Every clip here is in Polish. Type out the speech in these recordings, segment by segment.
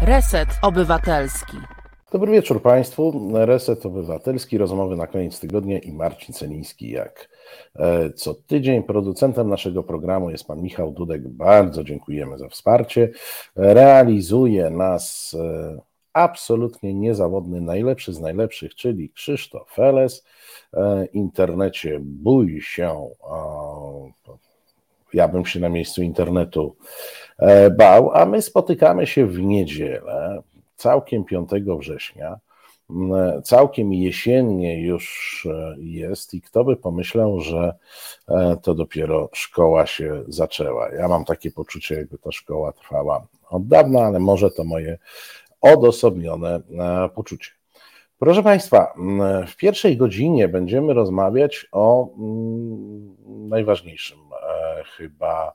Reset Obywatelski. Dobry wieczór Państwu. Reset Obywatelski, rozmowy na koniec tygodnia i Marcin Celiński jak co tydzień. Producentem naszego programu jest pan Michał Dudek. Bardzo dziękujemy za wsparcie. Realizuje nas absolutnie niezawodny, najlepszy z najlepszych, czyli Krzysztof Feles. W internecie bój się, ja bym się na miejscu internetu bał, a my spotykamy się w niedzielę, całkiem 5 września, całkiem jesiennie już jest i kto by pomyślał, że to dopiero szkoła się zaczęła. Ja mam takie poczucie, jakby ta szkoła trwała od dawna, ale może to moje odosobnione poczucie. Proszę Państwa, w pierwszej godzinie będziemy rozmawiać o najważniejszym chyba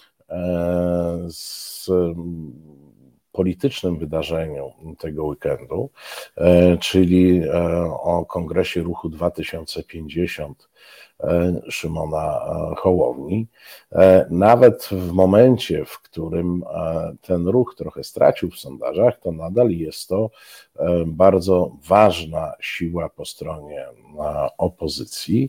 z politycznym wydarzeniu tego weekendu, czyli o Kongresie Ruchu 2050 Szymona Hołowni. Nawet w momencie, w którym ten ruch trochę stracił w sondażach, to nadal jest to bardzo ważna siła po stronie opozycji.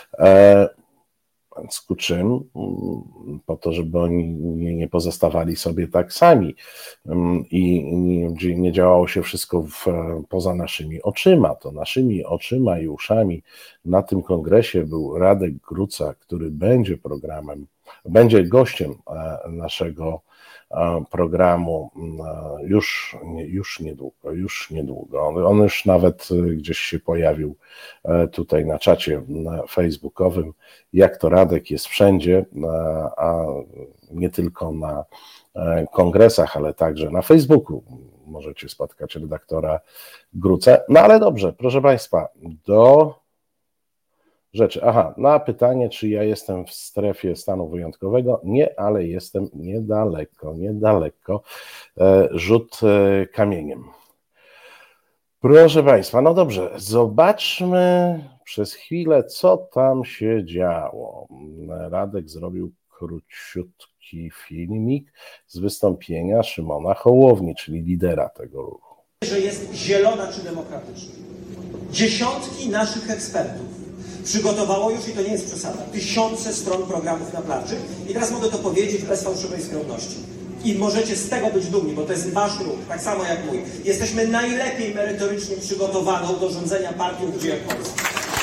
Ku czym, po to, żeby oni nie pozostawali sobie tak sami i nie działało się wszystko poza naszymi oczyma, to naszymi oczyma i uszami na tym kongresie był Radek Gruca, który będzie gościem naszego programu już niedługo. On już nawet gdzieś się pojawił tutaj na czacie facebookowym, jak to Radek jest wszędzie, a nie tylko na kongresach, ale także na Facebooku możecie spotkać redaktora Grucę. No ale dobrze, proszę Państwa, do rzeczy. Na pytanie, czy ja jestem w strefie stanu wyjątkowego? Nie, ale jestem niedaleko. Rzut kamieniem. Proszę Państwa, no dobrze, zobaczmy przez chwilę, co tam się działo. Radek zrobił króciutki filmik z wystąpienia Szymona Hołowni, czyli lidera tego ruchu. Że jest zielona czy demokratyczna. Dziesiątki naszych ekspertów przygotowało już, i to nie jest przesada, tysiące stron programów naprawczych i teraz mogę to powiedzieć bez fałszywej skromności. I możecie z tego być dumni, bo to jest wasz ruch, tak samo jak mój. Jesteśmy najlepiej merytorycznie przygotowaną do rządzenia partią w dziejach Polski.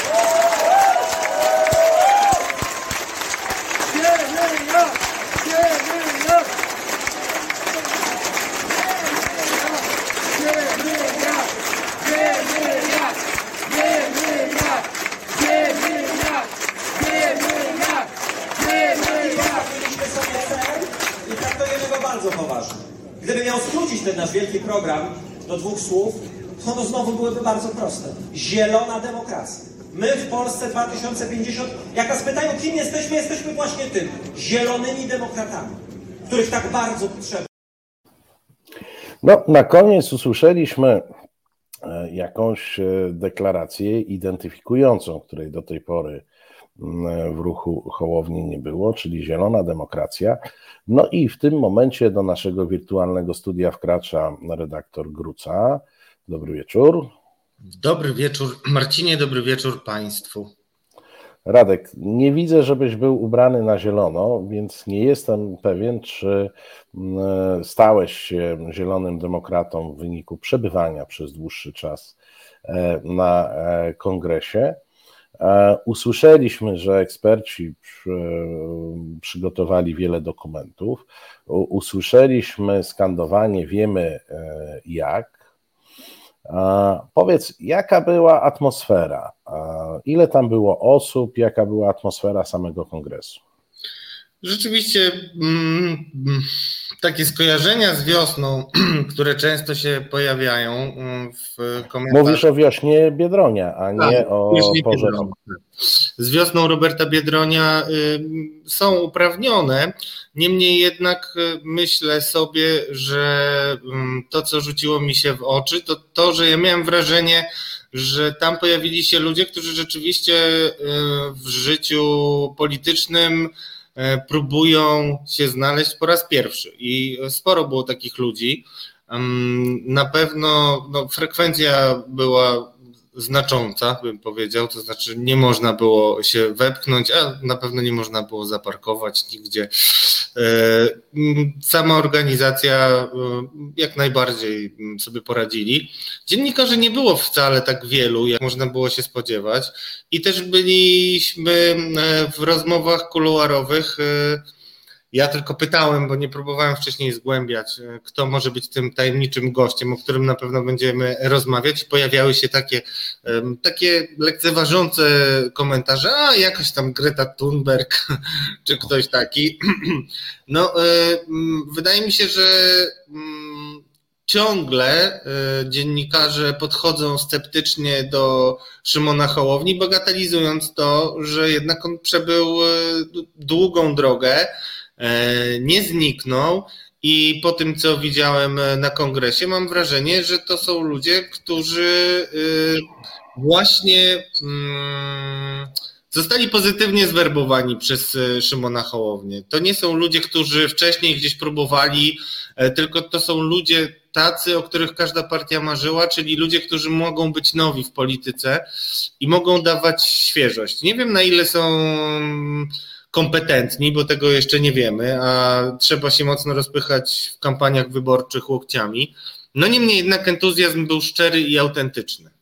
Gdyby miał skrócić ten nasz wielki program do 2 słów, to znowu byłyby bardzo proste. Zielona demokracja. My w Polsce 2050, jak nas pytają, kim jesteśmy, jesteśmy właśnie tym. Zielonymi demokratami, których tak bardzo potrzeba. No, na koniec usłyszeliśmy jakąś deklarację identyfikującą, której do tej pory w ruchu Hołowni nie było, czyli zielona demokracja. No i w tym momencie do naszego wirtualnego studia wkracza redaktor Gruca. Dobry wieczór. Dobry wieczór Marcinie, dobry wieczór Państwu. Radek, nie widzę, żebyś był ubrany na zielono, więc nie jestem pewien, czy stałeś się zielonym demokratą w wyniku przebywania przez dłuższy czas na kongresie. Usłyszeliśmy, że eksperci przygotowali wiele dokumentów. Usłyszeliśmy skandowanie "wiemy jak". Powiedz, jaka była atmosfera? Ile tam było osób? Jaka była atmosfera samego kongresu? Rzeczywiście takie skojarzenia z wiosną, które często się pojawiają w komentarzach. Mówisz o wiośnie Biedronia, a nie o porze. Z wiosną Roberta Biedronia są uprawnione. Niemniej jednak myślę sobie, że to, co rzuciło mi się w oczy, to to, że ja miałem wrażenie, że tam pojawili się ludzie, którzy rzeczywiście w życiu politycznym próbują się znaleźć po raz pierwszy i sporo było takich ludzi. Na pewno frekwencja była znacząca, bym powiedział, to znaczy nie można było się wepchnąć, a na pewno nie można było zaparkować nigdzie. Sama organizacja jak najbardziej sobie poradzili. Dziennikarzy nie było wcale tak wielu, jak można było się spodziewać i też byliśmy w rozmowach kuluarowych. Ja tylko pytałem, bo nie próbowałem wcześniej zgłębiać, kto może być tym tajemniczym gościem, o którym na pewno będziemy rozmawiać. Pojawiały się takie lekceważące komentarze, a jakaś tam Greta Thunberg czy ktoś taki. No, wydaje mi się, że ciągle dziennikarze podchodzą sceptycznie do Szymona Hołowni, bagatelizując to, że jednak on przebył długą drogę, nie zniknął i po tym, co widziałem na kongresie, mam wrażenie, że to są ludzie, którzy właśnie zostali pozytywnie zwerbowani przez Szymona Hołownię. To nie są ludzie, którzy wcześniej gdzieś próbowali, tylko to są ludzie tacy, o których każda partia marzyła, czyli ludzie, którzy mogą być nowi w polityce i mogą dawać świeżość. Nie wiem, na ile są kompetentni, bo tego jeszcze nie wiemy, a trzeba się mocno rozpychać w kampaniach wyborczych łokciami. No niemniej jednak entuzjazm był szczery i autentyczny.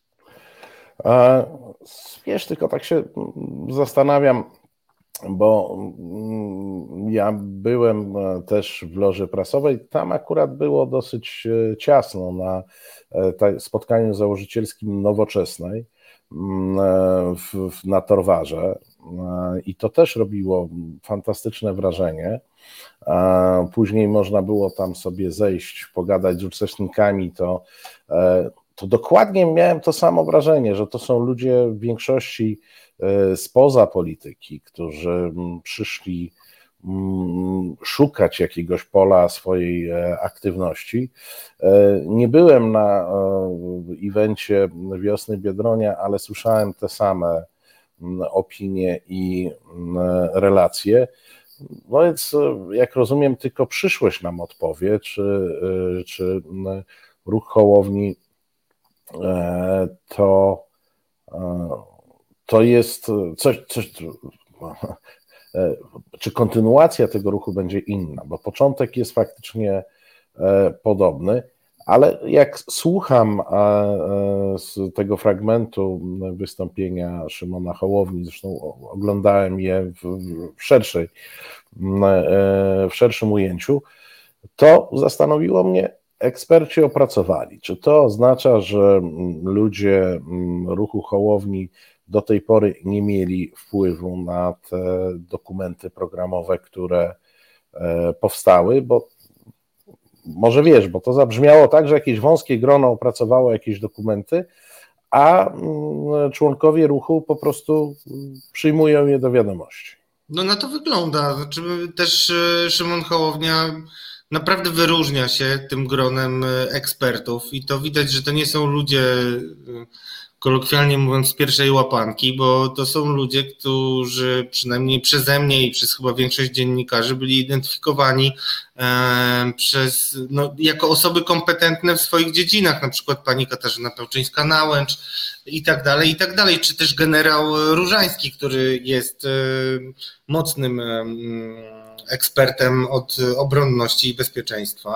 Wiesz, tylko tak się zastanawiam, bo ja byłem też w loży prasowej, tam akurat było dosyć ciasno na spotkaniu założycielskim Nowoczesnej na Torwarze i to też robiło fantastyczne wrażenie. Później można było tam sobie zejść, pogadać z uczestnikami, to dokładnie miałem to samo wrażenie, że to są ludzie w większości spoza polityki, którzy przyszli szukać jakiegoś pola swojej aktywności. Nie byłem na evencie Wiosny Biedronia, ale słyszałem te same opinie i relacje. No więc, jak rozumiem, tylko przyszłość nam odpowie, czy ruch Hołowni to jest coś, czy kontynuacja tego ruchu będzie inna, bo początek jest faktycznie podobny, ale jak słucham z tego fragmentu wystąpienia Szymona Hołowni, zresztą oglądałem je w szerszym ujęciu, to zastanowiło mnie, eksperci opracowali, czy to oznacza, że ludzie ruchu Hołowni do tej pory nie mieli wpływu na te dokumenty programowe, które powstały, bo może wiesz, bo to zabrzmiało tak, że jakieś wąskie grono opracowało jakieś dokumenty, a członkowie ruchu po prostu przyjmują je do wiadomości. No na to wygląda. Znaczy, też Szymon Hołownia naprawdę wyróżnia się tym gronem ekspertów i to widać, że to nie są ludzie, kolokwialnie mówiąc, z pierwszej łapanki, bo to są ludzie, którzy przynajmniej przeze mnie i przez chyba większość dziennikarzy byli identyfikowani jako osoby kompetentne w swoich dziedzinach, na przykład pani Katarzyna Pełczyńska-Nałęcz i tak dalej, czy też generał Różański, który jest mocnym ekspertem od obronności i bezpieczeństwa.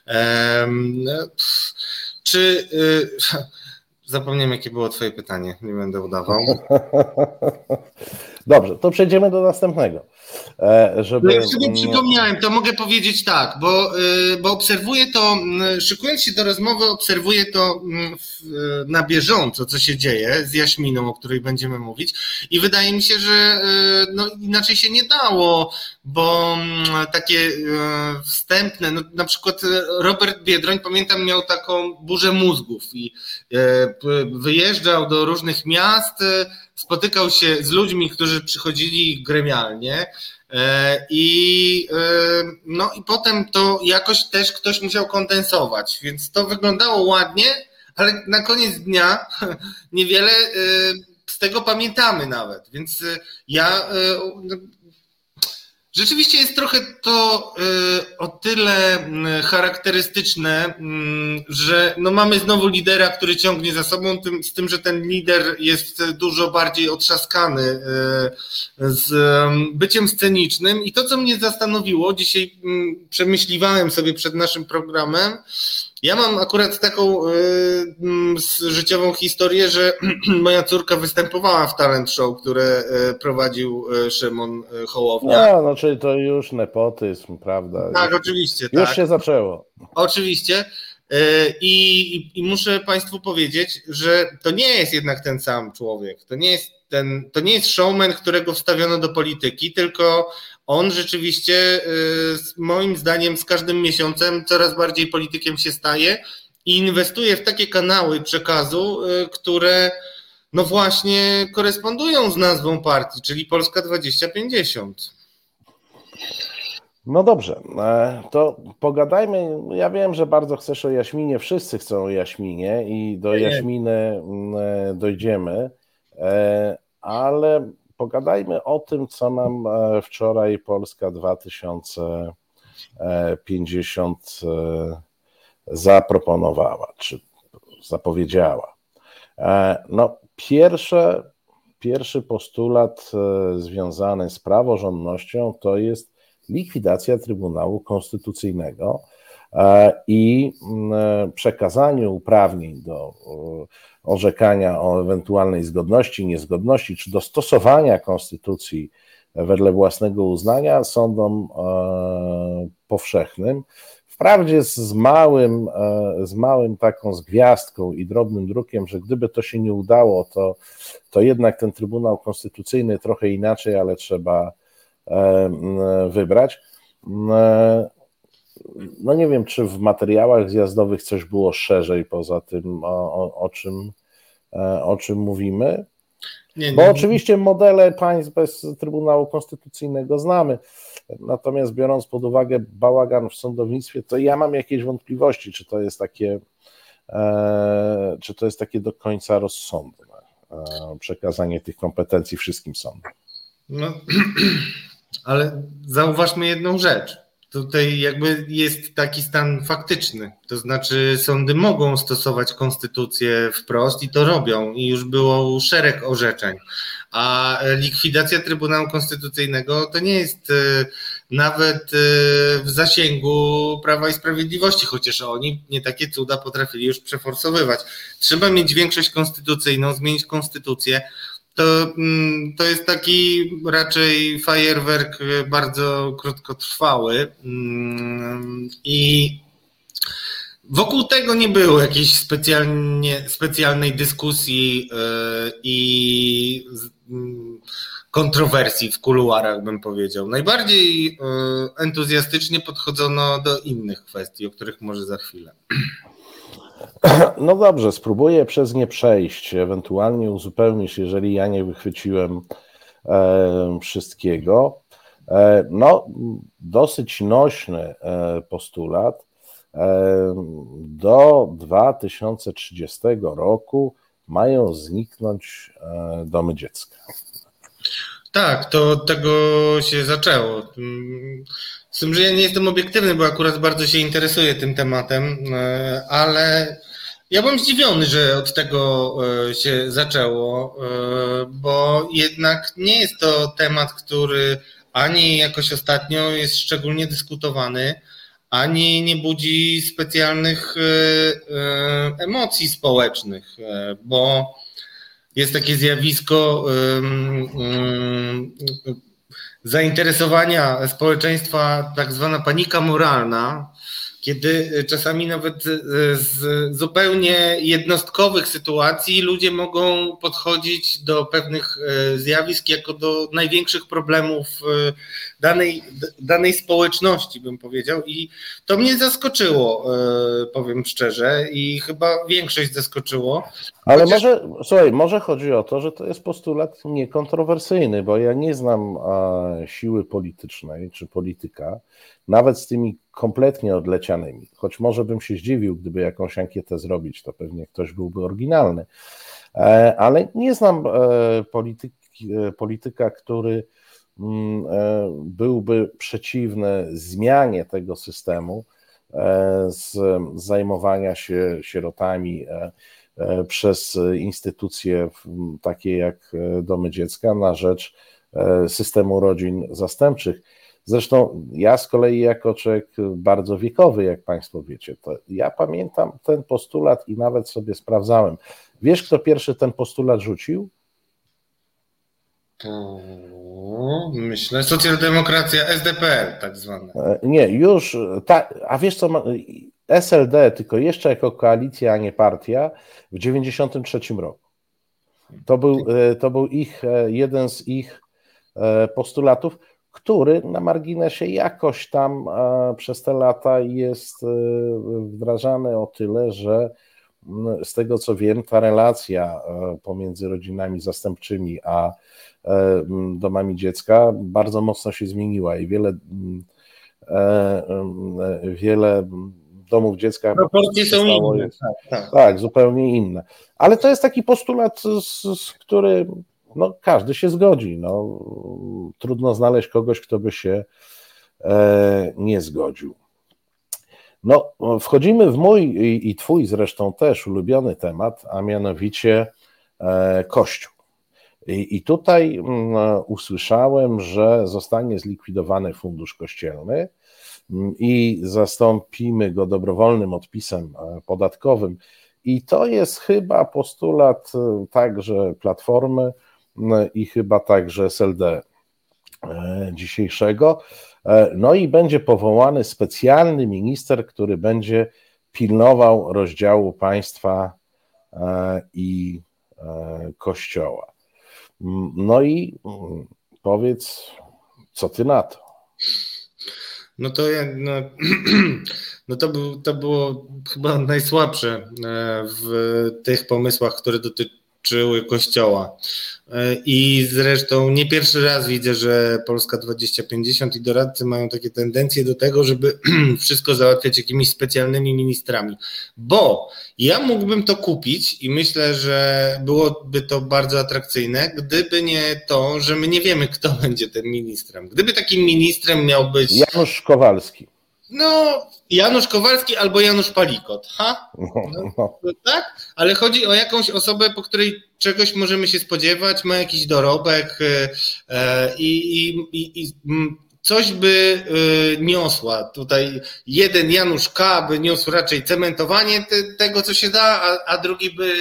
Zapomniałem, jakie było twoje pytanie, nie będę udawał. Dobrze, to przejdziemy do następnego. Jak sobie przypomniałem, to mogę powiedzieć tak, bo obserwuję to, szykując się do rozmowy, obserwuję to na bieżąco, co się dzieje z Jaśminą, o której będziemy mówić i wydaje mi się, że inaczej się nie dało, bo takie wstępne, na przykład Robert Biedroń, pamiętam, miał taką burzę mózgów i wyjeżdżał do różnych miast, spotykał się z ludźmi, którzy przychodzili gremialnie i potem to jakoś też ktoś musiał kondensować, więc to wyglądało ładnie, ale na koniec dnia niewiele z tego pamiętamy nawet, więc ja rzeczywiście jest trochę to tyle charakterystyczne, że no mamy znowu lidera, który ciągnie za sobą, z tym, że ten lider jest dużo bardziej otrzaskany z byciem scenicznym. I to, co mnie zastanowiło, dzisiaj przemyśliwałem sobie przed naszym programem, ja mam akurat taką życiową historię, że moja córka występowała w talent show, które prowadził Szymon Hołownia. No, czyli to już nepotyzm, prawda? Tak, oczywiście. Już tak. się zaczęło. Oczywiście. I muszę Państwu powiedzieć, że to nie jest jednak ten sam człowiek. To nie jest showman, którego wstawiono do polityki, tylko on rzeczywiście moim zdaniem z każdym miesiącem coraz bardziej politykiem się staje i inwestuje w takie kanały przekazu, które no właśnie korespondują z nazwą partii, czyli Polska 2050. No dobrze, to pogadajmy. Ja wiem, że bardzo chcesz o Jaśminie, wszyscy chcą o Jaśminie i do Jaśminy dojdziemy, ale pogadajmy o tym, co nam wczoraj Polska 2050 zaproponowała, czy zapowiedziała. No, pierwszy postulat związany z praworządnością to jest likwidacja Trybunału Konstytucyjnego i przekazanie uprawnień do orzekania o ewentualnej zgodności, niezgodności, czy dostosowania konstytucji wedle własnego uznania sądom powszechnym. Wprawdzie z małym taką zgwiazdką i drobnym drukiem, że gdyby to się nie udało, to jednak ten Trybunał Konstytucyjny trochę inaczej, ale trzeba wybrać. No nie wiem, czy w materiałach zjazdowych coś było szerzej poza tym, o czym mówimy. Bo oczywiście modele państw bez Trybunału Konstytucyjnego znamy, natomiast biorąc pod uwagę bałagan w sądownictwie, to ja mam jakieś wątpliwości, czy to jest takie do końca rozsądne przekazanie tych kompetencji wszystkim sądom. No, ale zauważmy jedną rzecz. Tutaj jakby jest taki stan faktyczny, to znaczy sądy mogą stosować konstytucję wprost i to robią i już było szereg orzeczeń, a likwidacja Trybunału Konstytucyjnego to nie jest nawet w zasięgu Prawa i Sprawiedliwości, chociaż oni nie takie cuda potrafili już przeforsowywać. Trzeba mieć większość konstytucyjną, zmienić konstytucję. To jest taki raczej fajerwerk bardzo krótkotrwały i wokół tego nie było jakiejś specjalnej dyskusji i kontrowersji w kuluarach, bym powiedział. Najbardziej entuzjastycznie podchodzono do innych kwestii, o których może za chwilę. No dobrze, spróbuję przez nie przejść, ewentualnie uzupełnisz, jeżeli ja nie wychwyciłem wszystkiego. No, dosyć nośny postulat. Do 2030 roku mają zniknąć domy dziecka. Tak, to od tego się zaczęło. Z tym, że ja nie jestem obiektywny, bo akurat bardzo się interesuję tym tematem, ale ja byłem zdziwiony, że od tego się zaczęło, bo jednak nie jest to temat, który ani jakoś ostatnio jest szczególnie dyskutowany, ani nie budzi specjalnych emocji społecznych, bo jest takie zjawisko zainteresowania społeczeństwa, tak zwana panika moralna, kiedy czasami nawet z zupełnie jednostkowych sytuacji ludzie mogą podchodzić do pewnych zjawisk jako do największych problemów danej społeczności, bym powiedział. I to mnie zaskoczyło, powiem szczerze, i chyba większość zaskoczyło. Ale może chodzi o to, że to jest postulat niekontrowersyjny, bo ja nie znam siły politycznej czy polityka, nawet z tymi kompletnie odlecianymi, choć może bym się zdziwił, gdyby jakąś ankietę zrobić, to pewnie ktoś byłby oryginalny, ale nie znam polityka, który byłby przeciwny zmianie tego systemu z zajmowania się sierotami przez instytucje takie jak domy dziecka na rzecz systemu rodzin zastępczych. Zresztą ja z kolei jako człowiek bardzo wiekowy, jak Państwo wiecie, to ja pamiętam ten postulat i nawet sobie sprawdzałem. Wiesz, kto pierwszy ten postulat rzucił? Myślę, socjaldemokracja, SDPR tak zwana. Nie, już, a wiesz co, SLD, tylko jeszcze jako koalicja, a nie partia, w 1993 roku. To był jeden z ich postulatów, który na marginesie jakoś tam przez te lata jest wdrażany o tyle, że z tego co wiem, ta relacja pomiędzy rodzinami zastępczymi a domami dziecka bardzo mocno się zmieniła i wiele domów dziecka proporcje są inne. Tak, zupełnie inne. Ale to jest taki postulat, z który każdy się zgodzi. Trudno znaleźć kogoś, kto by się nie zgodził. Wchodzimy w mój i twój zresztą też ulubiony temat, a mianowicie Kościół. I tutaj usłyszałem, że zostanie zlikwidowany fundusz kościelny i zastąpimy go dobrowolnym odpisem podatkowym. I to jest chyba postulat także Platformy i chyba także SLD dzisiejszego. I będzie powołany specjalny minister, który będzie pilnował rozdziału państwa i Kościoła. I powiedz, co ty na to? To było chyba najsłabsze w tych pomysłach, które dotyczyły Kościoła. I zresztą nie pierwszy raz widzę, że Polska 2050 i doradcy mają takie tendencje do tego, żeby wszystko załatwiać jakimiś specjalnymi ministrami. Bo ja mógłbym to kupić i myślę, że byłoby to bardzo atrakcyjne, gdyby nie to, że my nie wiemy, kto będzie tym ministrem. Gdyby takim ministrem miał być Janusz Kowalski. Janusz Kowalski albo Janusz Palikot, tak? Ale chodzi o jakąś osobę, po której czegoś możemy się spodziewać, ma jakiś dorobek i coś by niosła. Tutaj jeden Janusz K. by niósł raczej cementowanie tego, co się da, a drugi by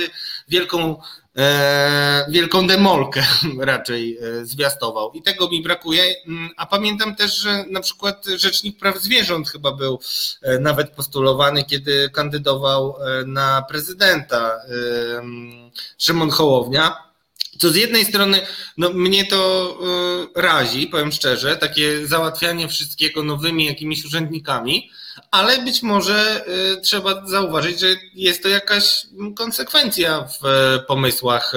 wielką demolkę raczej zwiastował i tego mi brakuje, a pamiętam też, że na przykład Rzecznik Praw Zwierząt chyba był nawet postulowany, kiedy kandydował na prezydenta Szymon Hołownia, co z jednej strony mnie to razi, powiem szczerze, takie załatwianie wszystkiego nowymi jakimiś urzędnikami, ale być może trzeba zauważyć, że jest to jakaś konsekwencja w pomysłach,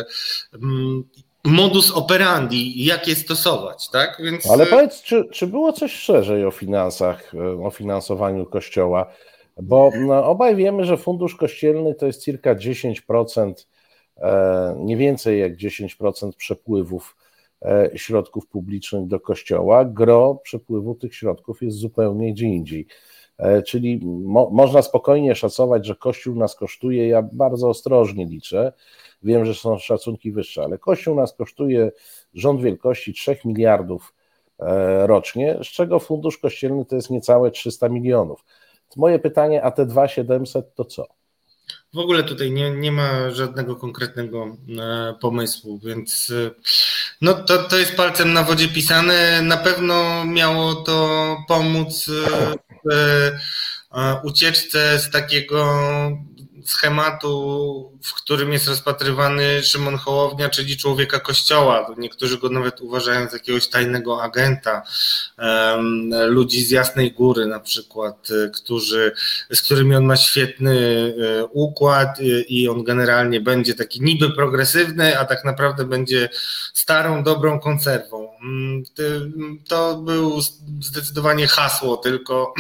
modus operandi, jak je stosować, tak? Więc... Ale powiedz, czy było coś szerzej o finansach, o finansowaniu Kościoła? Bo obaj wiemy, że fundusz kościelny to jest cirka 10%, nie więcej jak 10% przepływów środków publicznych do Kościoła. Gro przepływu tych środków jest zupełnie gdzie indziej. Czyli można spokojnie szacować, że Kościół nas kosztuje, ja bardzo ostrożnie liczę, wiem, że są szacunki wyższe, ale Kościół nas kosztuje rząd wielkości 3 miliardów rocznie, z czego fundusz kościelny to jest niecałe 300 milionów. Moje pytanie, a te 2700 to co? W ogóle tutaj nie ma żadnego konkretnego pomysłu, więc to jest palcem na wodzie pisane. Na pewno miało to pomóc w ucieczce z takiego schematu, w którym jest rozpatrywany Szymon Hołownia, czyli człowieka Kościoła. Niektórzy go nawet uważają za jakiegoś tajnego agenta, ludzi z Jasnej Góry na przykład, z którymi on ma świetny układ i on generalnie będzie taki niby progresywny, a tak naprawdę będzie starą, dobrą konserwą. To był zdecydowanie hasło tylko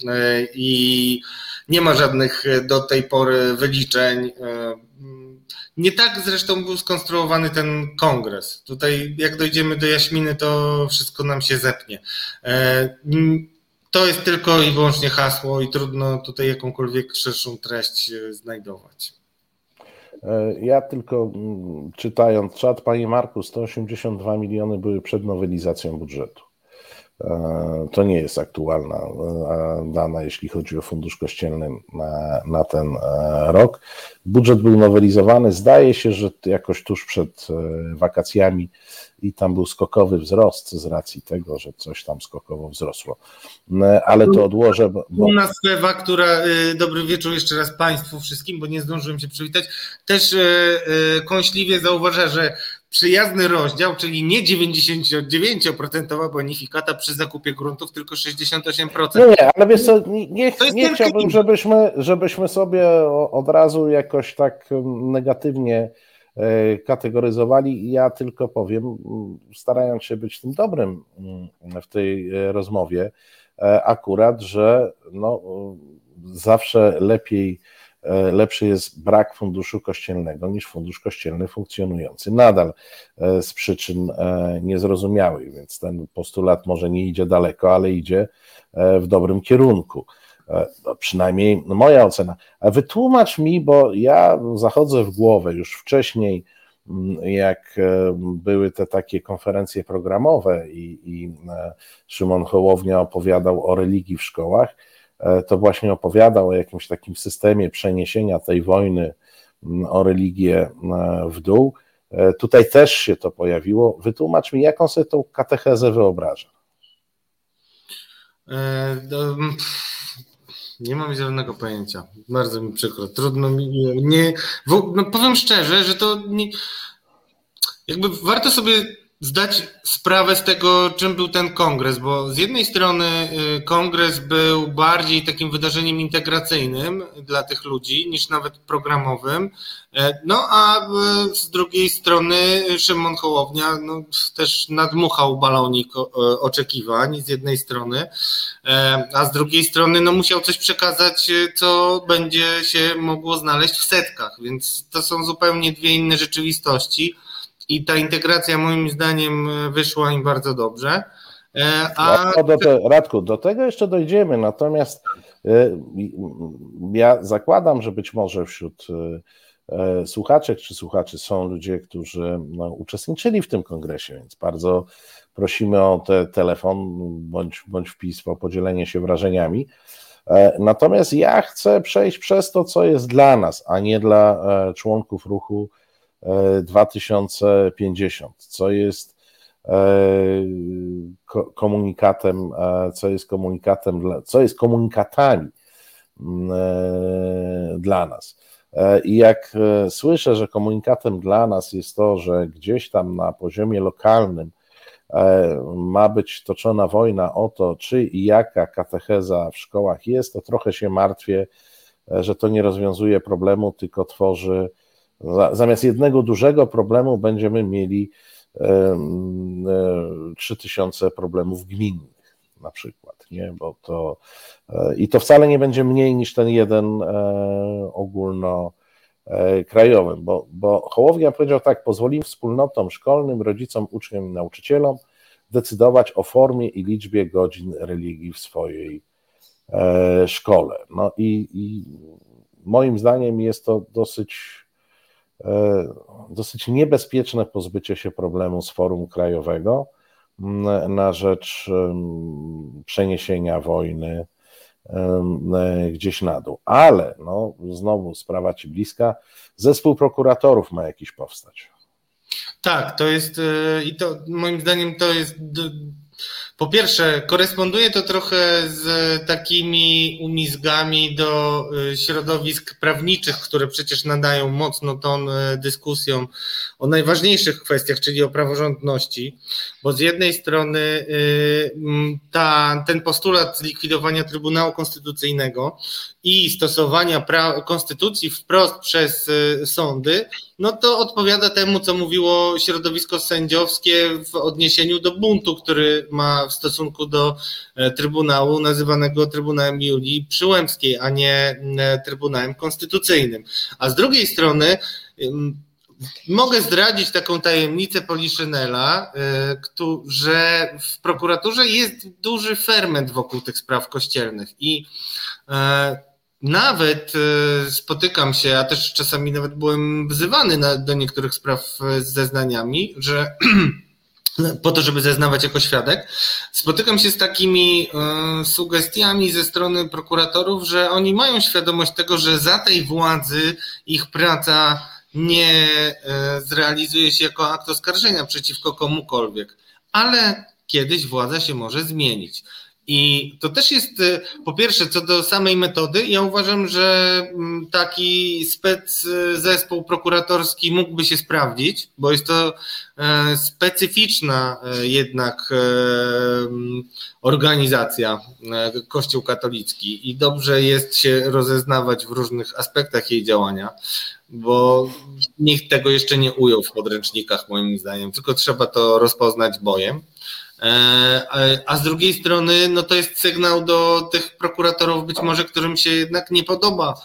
i nie ma żadnych do tej pory wyliczeń, Nie tak zresztą był skonstruowany ten kongres. Tutaj jak dojdziemy do jaśminy, to wszystko nam się zepnie. To jest tylko i wyłącznie hasło i trudno tutaj jakąkolwiek szerszą treść znajdować. Ja tylko czytając czat, panie Marku, 182 miliony były przed nowelizacją budżetu. To nie jest aktualna dana, jeśli chodzi o fundusz kościelny na ten rok. Budżet był nowelizowany, zdaje się, że jakoś tuż przed wakacjami i tam był skokowy wzrost z racji tego, że coś tam skokowo wzrosło. Ale to odłożę. U nas Ewa, która, dobry wieczór jeszcze raz Państwu wszystkim, bo nie zdążyłem się przywitać, też kąśliwie zauważa, że przyjazny rozdział, czyli nie 99% bonifikata przy zakupie gruntów, tylko 68%. Nie, ale wiesz co, nie chciałbym, żebyśmy sobie od razu jakoś tak negatywnie kategoryzowali. Ja tylko powiem, starając się być tym dobrym w tej rozmowie, akurat, że no, zawsze lepszy jest brak funduszu kościelnego niż fundusz kościelny funkcjonujący nadal z przyczyn niezrozumiałych, więc ten postulat może nie idzie daleko, ale idzie w dobrym kierunku. No, przynajmniej moja ocena. A wytłumacz mi, bo ja zachodzę w głowę już wcześniej, jak były te takie konferencje programowe i Szymon Hołownia opowiadał o religii w szkołach, to właśnie opowiadał o jakimś takim systemie przeniesienia tej wojny o religię w dół. Tutaj też się to pojawiło. Wytłumacz mi, jaką sobie tą katechezę wyobraża. Nie mam zielonego pojęcia. Bardzo mi przykro. Trudno mi. No powiem szczerze, że to nie, jakby warto sobie zdać sprawę z tego, czym był ten kongres, bo z jednej strony kongres był bardziej takim wydarzeniem integracyjnym dla tych ludzi niż nawet programowym, no a z drugiej strony Szymon Hołownia no, też nadmuchał balonik oczekiwań z jednej strony, a z drugiej strony no, musiał coś przekazać, co będzie się mogło znaleźć w setkach, więc to są zupełnie dwie inne rzeczywistości. I ta integracja moim zdaniem wyszła im bardzo dobrze. Radku, do tego jeszcze dojdziemy, natomiast ja zakładam, że być może wśród słuchaczek czy słuchaczy są ludzie, którzy uczestniczyli w tym kongresie, więc bardzo prosimy o telefon bądź wpis o podzielenie się wrażeniami. Natomiast ja chcę przejść przez to, co jest dla nas, a nie dla członków ruchu 2050, co jest komunikatem, co jest komunikatami dla nas. I jak słyszę, że komunikatem dla nas jest to, że gdzieś tam na poziomie lokalnym ma być toczona wojna o to, czy i jaka katecheza w szkołach jest, to trochę się martwię, że to nie rozwiązuje problemu, tylko tworzy. Zamiast jednego dużego problemu będziemy mieli 3000 problemów gminnych na przykład, nie? Bo to i to wcale nie będzie mniej niż ten jeden ogólnokrajowy, bo Hołownia powiedział tak: pozwolimy wspólnotom szkolnym, rodzicom, uczniom i nauczycielom decydować o formie i liczbie godzin religii w swojej szkole. No i moim zdaniem jest to dosyć niebezpieczne pozbycie się problemu z forum krajowego na rzecz przeniesienia wojny gdzieś na dół. Ale no, znowu sprawa ci bliska, zespół prokuratorów ma jakiś powstać. Tak, to jest i to moim zdaniem to jest. Po pierwsze, koresponduje to trochę z takimi umizgami do środowisk prawniczych, które przecież nadają mocno ton dyskusjom o najważniejszych kwestiach, czyli o praworządności, bo z jednej strony ten postulat zlikwidowania Trybunału Konstytucyjnego i stosowania konstytucji wprost przez sądy, no to odpowiada temu, co mówiło środowisko sędziowskie w odniesieniu do buntu, który ma w stosunku do Trybunału nazywanego Trybunałem Julii Przyłębskiej, a nie Trybunałem Konstytucyjnym. A z drugiej strony mogę zdradzić taką tajemnicę Poliszynela, że w prokuraturze jest duży ferment wokół tych spraw kościelnych i nawet spotykam się, a też czasami nawet byłem wzywany do niektórych spraw z zeznaniami, że po to, żeby zeznawać jako świadek, spotykam się z takimi sugestiami ze strony prokuratorów, że oni mają świadomość tego, że za tej władzy ich praca nie zrealizuje się jako akt oskarżenia przeciwko komukolwiek, ale kiedyś władza się może zmienić. I to też jest, po pierwsze, co do samej metody, ja uważam, że taki zespół prokuratorski mógłby się sprawdzić, bo jest to specyficzna jednak organizacja, Kościół katolicki, i dobrze jest się rozeznawać w różnych aspektach jej działania, bo nikt tego jeszcze nie ujął w podręcznikach, moim zdaniem, tylko trzeba to rozpoznać bojem. A z drugiej strony, no to jest sygnał do tych prokuratorów, być może którym się jednak nie podoba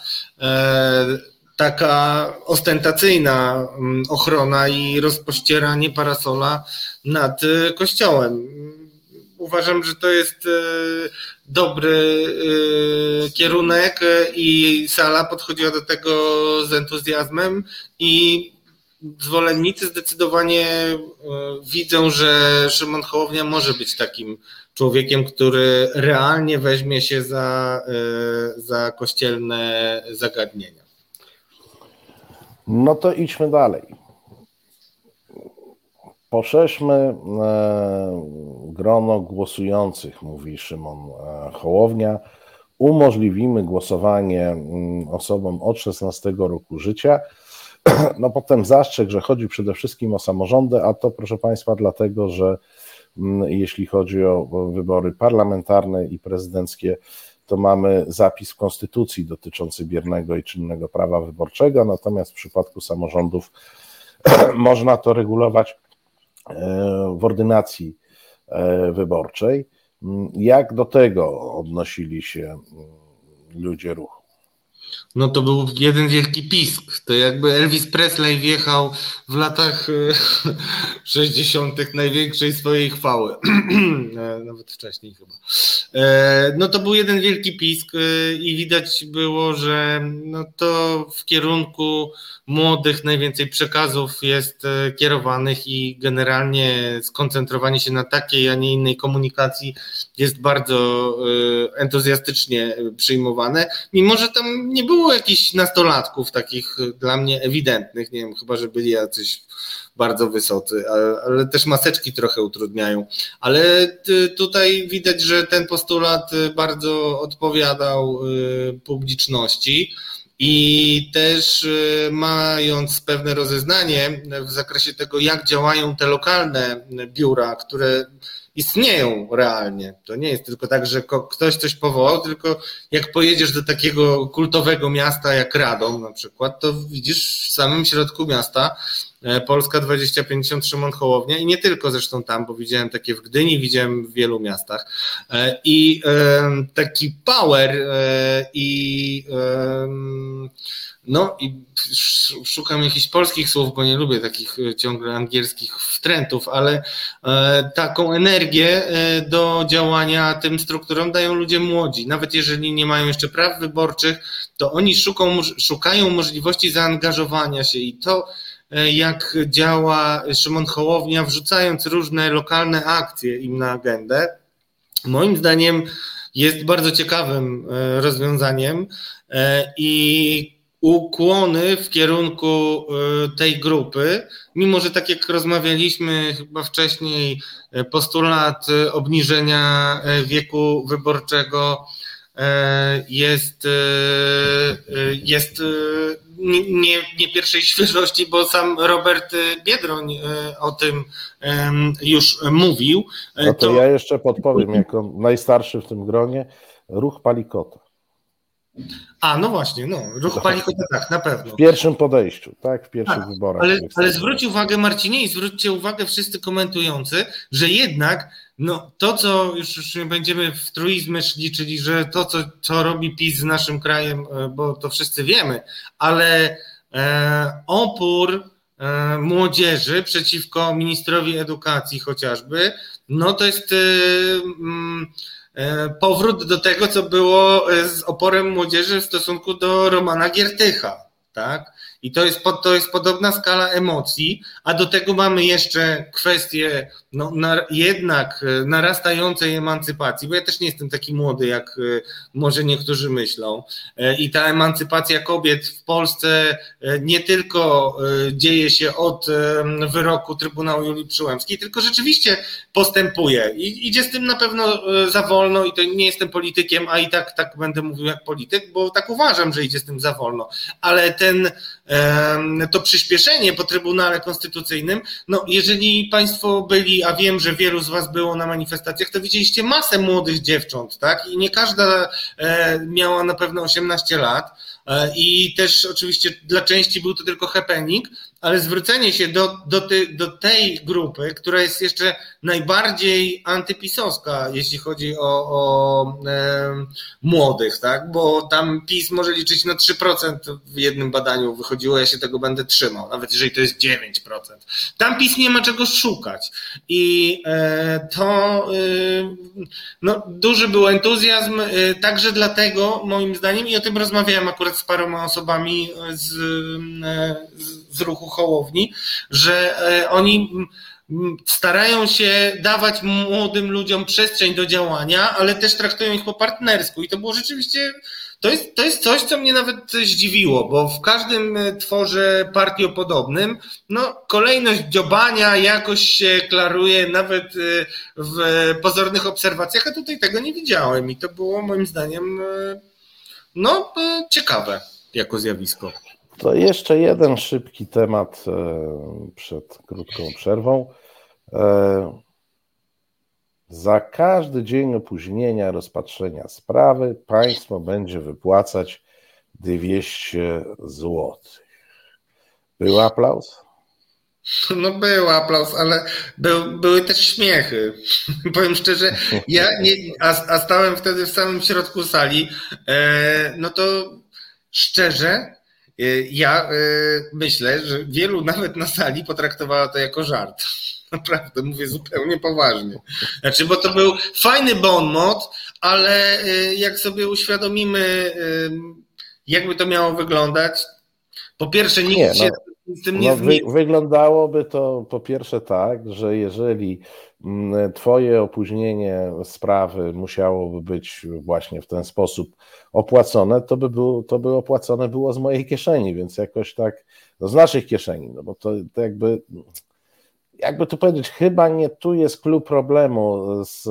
taka ostentacyjna ochrona i rozpościeranie parasola nad Kościołem. Uważam, że to jest dobry kierunek i Sala podchodziła do tego z entuzjazmem i zwolennicy zdecydowanie widzą, że Szymon Hołownia może być takim człowiekiem, który realnie weźmie się za kościelne zagadnienia. No to idźmy dalej. Poszerzmy grono głosujących, mówi Szymon Hołownia. Umożliwimy głosowanie osobom od 16 roku życia. No potem zastrzegł, że chodzi przede wszystkim o samorządy, a to, proszę Państwa, dlatego, że jeśli chodzi o wybory parlamentarne i prezydenckie, to mamy zapis w Konstytucji dotyczący biernego i czynnego prawa wyborczego, natomiast w przypadku samorządów można to regulować w ordynacji wyborczej. Jak do tego odnosili się ludzie ruchu? No to był jeden wielki pisk. To jakby Elvis Presley wjechał w latach 60. największej swojej chwały. Nawet wcześniej chyba. No to był jeden wielki pisk i widać było, że no to w kierunku młodych najwięcej przekazów jest kierowanych i generalnie skoncentrowanie się na takiej, a nie innej komunikacji jest bardzo entuzjastycznie przyjmowane, mimo że tam nie było jakichś nastolatków takich dla mnie ewidentnych, nie wiem, chyba że byli jacyś bardzo wysocy, ale też maseczki trochę utrudniają, ale tutaj widać, że ten postulat bardzo odpowiadał publiczności. I też mając pewne rozeznanie w zakresie tego, jak działają te lokalne biura, które istnieją realnie. To nie jest tylko tak, że ktoś coś powołał, tylko jak pojedziesz do takiego kultowego miasta jak Radom na przykład, to widzisz w samym środku miasta Polska 2050 Szymon Hołownia i nie tylko zresztą tam, bo widziałem takie w Gdyni, widziałem w wielu miastach i taki power i no i szukam jakichś polskich słów, bo nie lubię takich ciągle angielskich wtrętów, ale taką energię do działania tym strukturom dają ludzie młodzi. Nawet jeżeli nie mają jeszcze praw wyborczych, to oni szukają możliwości zaangażowania się i to, jak działa Szymon Hołownia, wrzucając różne lokalne akcje im na agendę, moim zdaniem jest bardzo ciekawym rozwiązaniem i ukłony w kierunku tej grupy, mimo że tak jak rozmawialiśmy chyba wcześniej, postulat obniżenia wieku wyborczego jest nie pierwszej świeżości, bo sam Robert Biedroń o tym już mówił. No to ja jeszcze podpowiem, jako najstarszy w tym gronie, ruch Palikota. A, no właśnie, no, ruch Palikota, tak, na pewno. W pierwszym podejściu, tak, w pierwszych wyborach. Ale zwróć uwagę, Marcinie, i zwróćcie uwagę wszyscy komentujący, że jednak No to, co już będziemy w truizmy szli, czyli że to, co robi PiS z naszym krajem, bo to wszyscy wiemy, ale opór młodzieży przeciwko ministrowi edukacji chociażby, no to jest powrót do tego, co było z oporem młodzieży w stosunku do Romana Giertycha, tak? I to jest podobna skala emocji, a do tego mamy jeszcze kwestię jednak narastającej emancypacji, bo ja też nie jestem taki młody, jak może niektórzy myślą. I ta emancypacja kobiet w Polsce nie tylko dzieje się od wyroku Trybunału Julii Przyłębskiej, tylko rzeczywiście postępuje. I idzie z tym na pewno za wolno i to nie jestem politykiem, a i tak będę mówił jak polityk, bo tak uważam, że idzie z tym za wolno. Ale to przyspieszenie po Trybunale Konstytucyjnym, no jeżeli Państwo byli, a wiem, że wielu z Was było na manifestacjach, to widzieliście masę młodych dziewcząt, tak? I nie każda miała na pewno 18 lat i też oczywiście dla części był to tylko happening, ale zwrócenie się do tej grupy, która jest jeszcze najbardziej antypisowska, jeśli chodzi o młodych, tak? Bo tam PiS może liczyć na 3% w jednym badaniu wychodziło, ja się tego będę trzymał, nawet jeżeli to jest 9%. Tam PiS nie ma czego szukać i duży był entuzjazm, także dlatego moim zdaniem, i o tym rozmawiałem akurat z paroma osobami z ruchu Hołowni, że oni starają się dawać młodym ludziom przestrzeń do działania, ale też traktują ich po partnersku i to było rzeczywiście, to jest coś, co mnie nawet zdziwiło, bo w każdym tworze partiopodobnym kolejność dziobania jakoś się klaruje nawet w pozornych obserwacjach, a tutaj tego nie widziałem i to było moim zdaniem ciekawe jako zjawisko. To jeszcze jeden szybki temat przed krótką przerwą. Za każdy dzień opóźnienia rozpatrzenia sprawy państwo będzie wypłacać 200 zł. Był aplauz? No był aplauz, ale były też śmiechy. Powiem szczerze, a stałem wtedy w samym środku sali, no to szczerze, ja myślę, że wielu nawet na sali potraktowało to jako żart. Naprawdę, mówię zupełnie poważnie. Znaczy, bo to był fajny bon mot, ale jak sobie uświadomimy, jakby to miało wyglądać, po pierwsze nikt się z tym nie zmienił. Wyglądałoby to po pierwsze tak, że jeżeli twoje opóźnienie sprawy musiałoby być właśnie w ten sposób opłacone, to by opłacone było z mojej kieszeni, więc jakoś tak, z naszych kieszeni, no bo to jakby tu powiedzieć, chyba nie tu jest klucz problemu z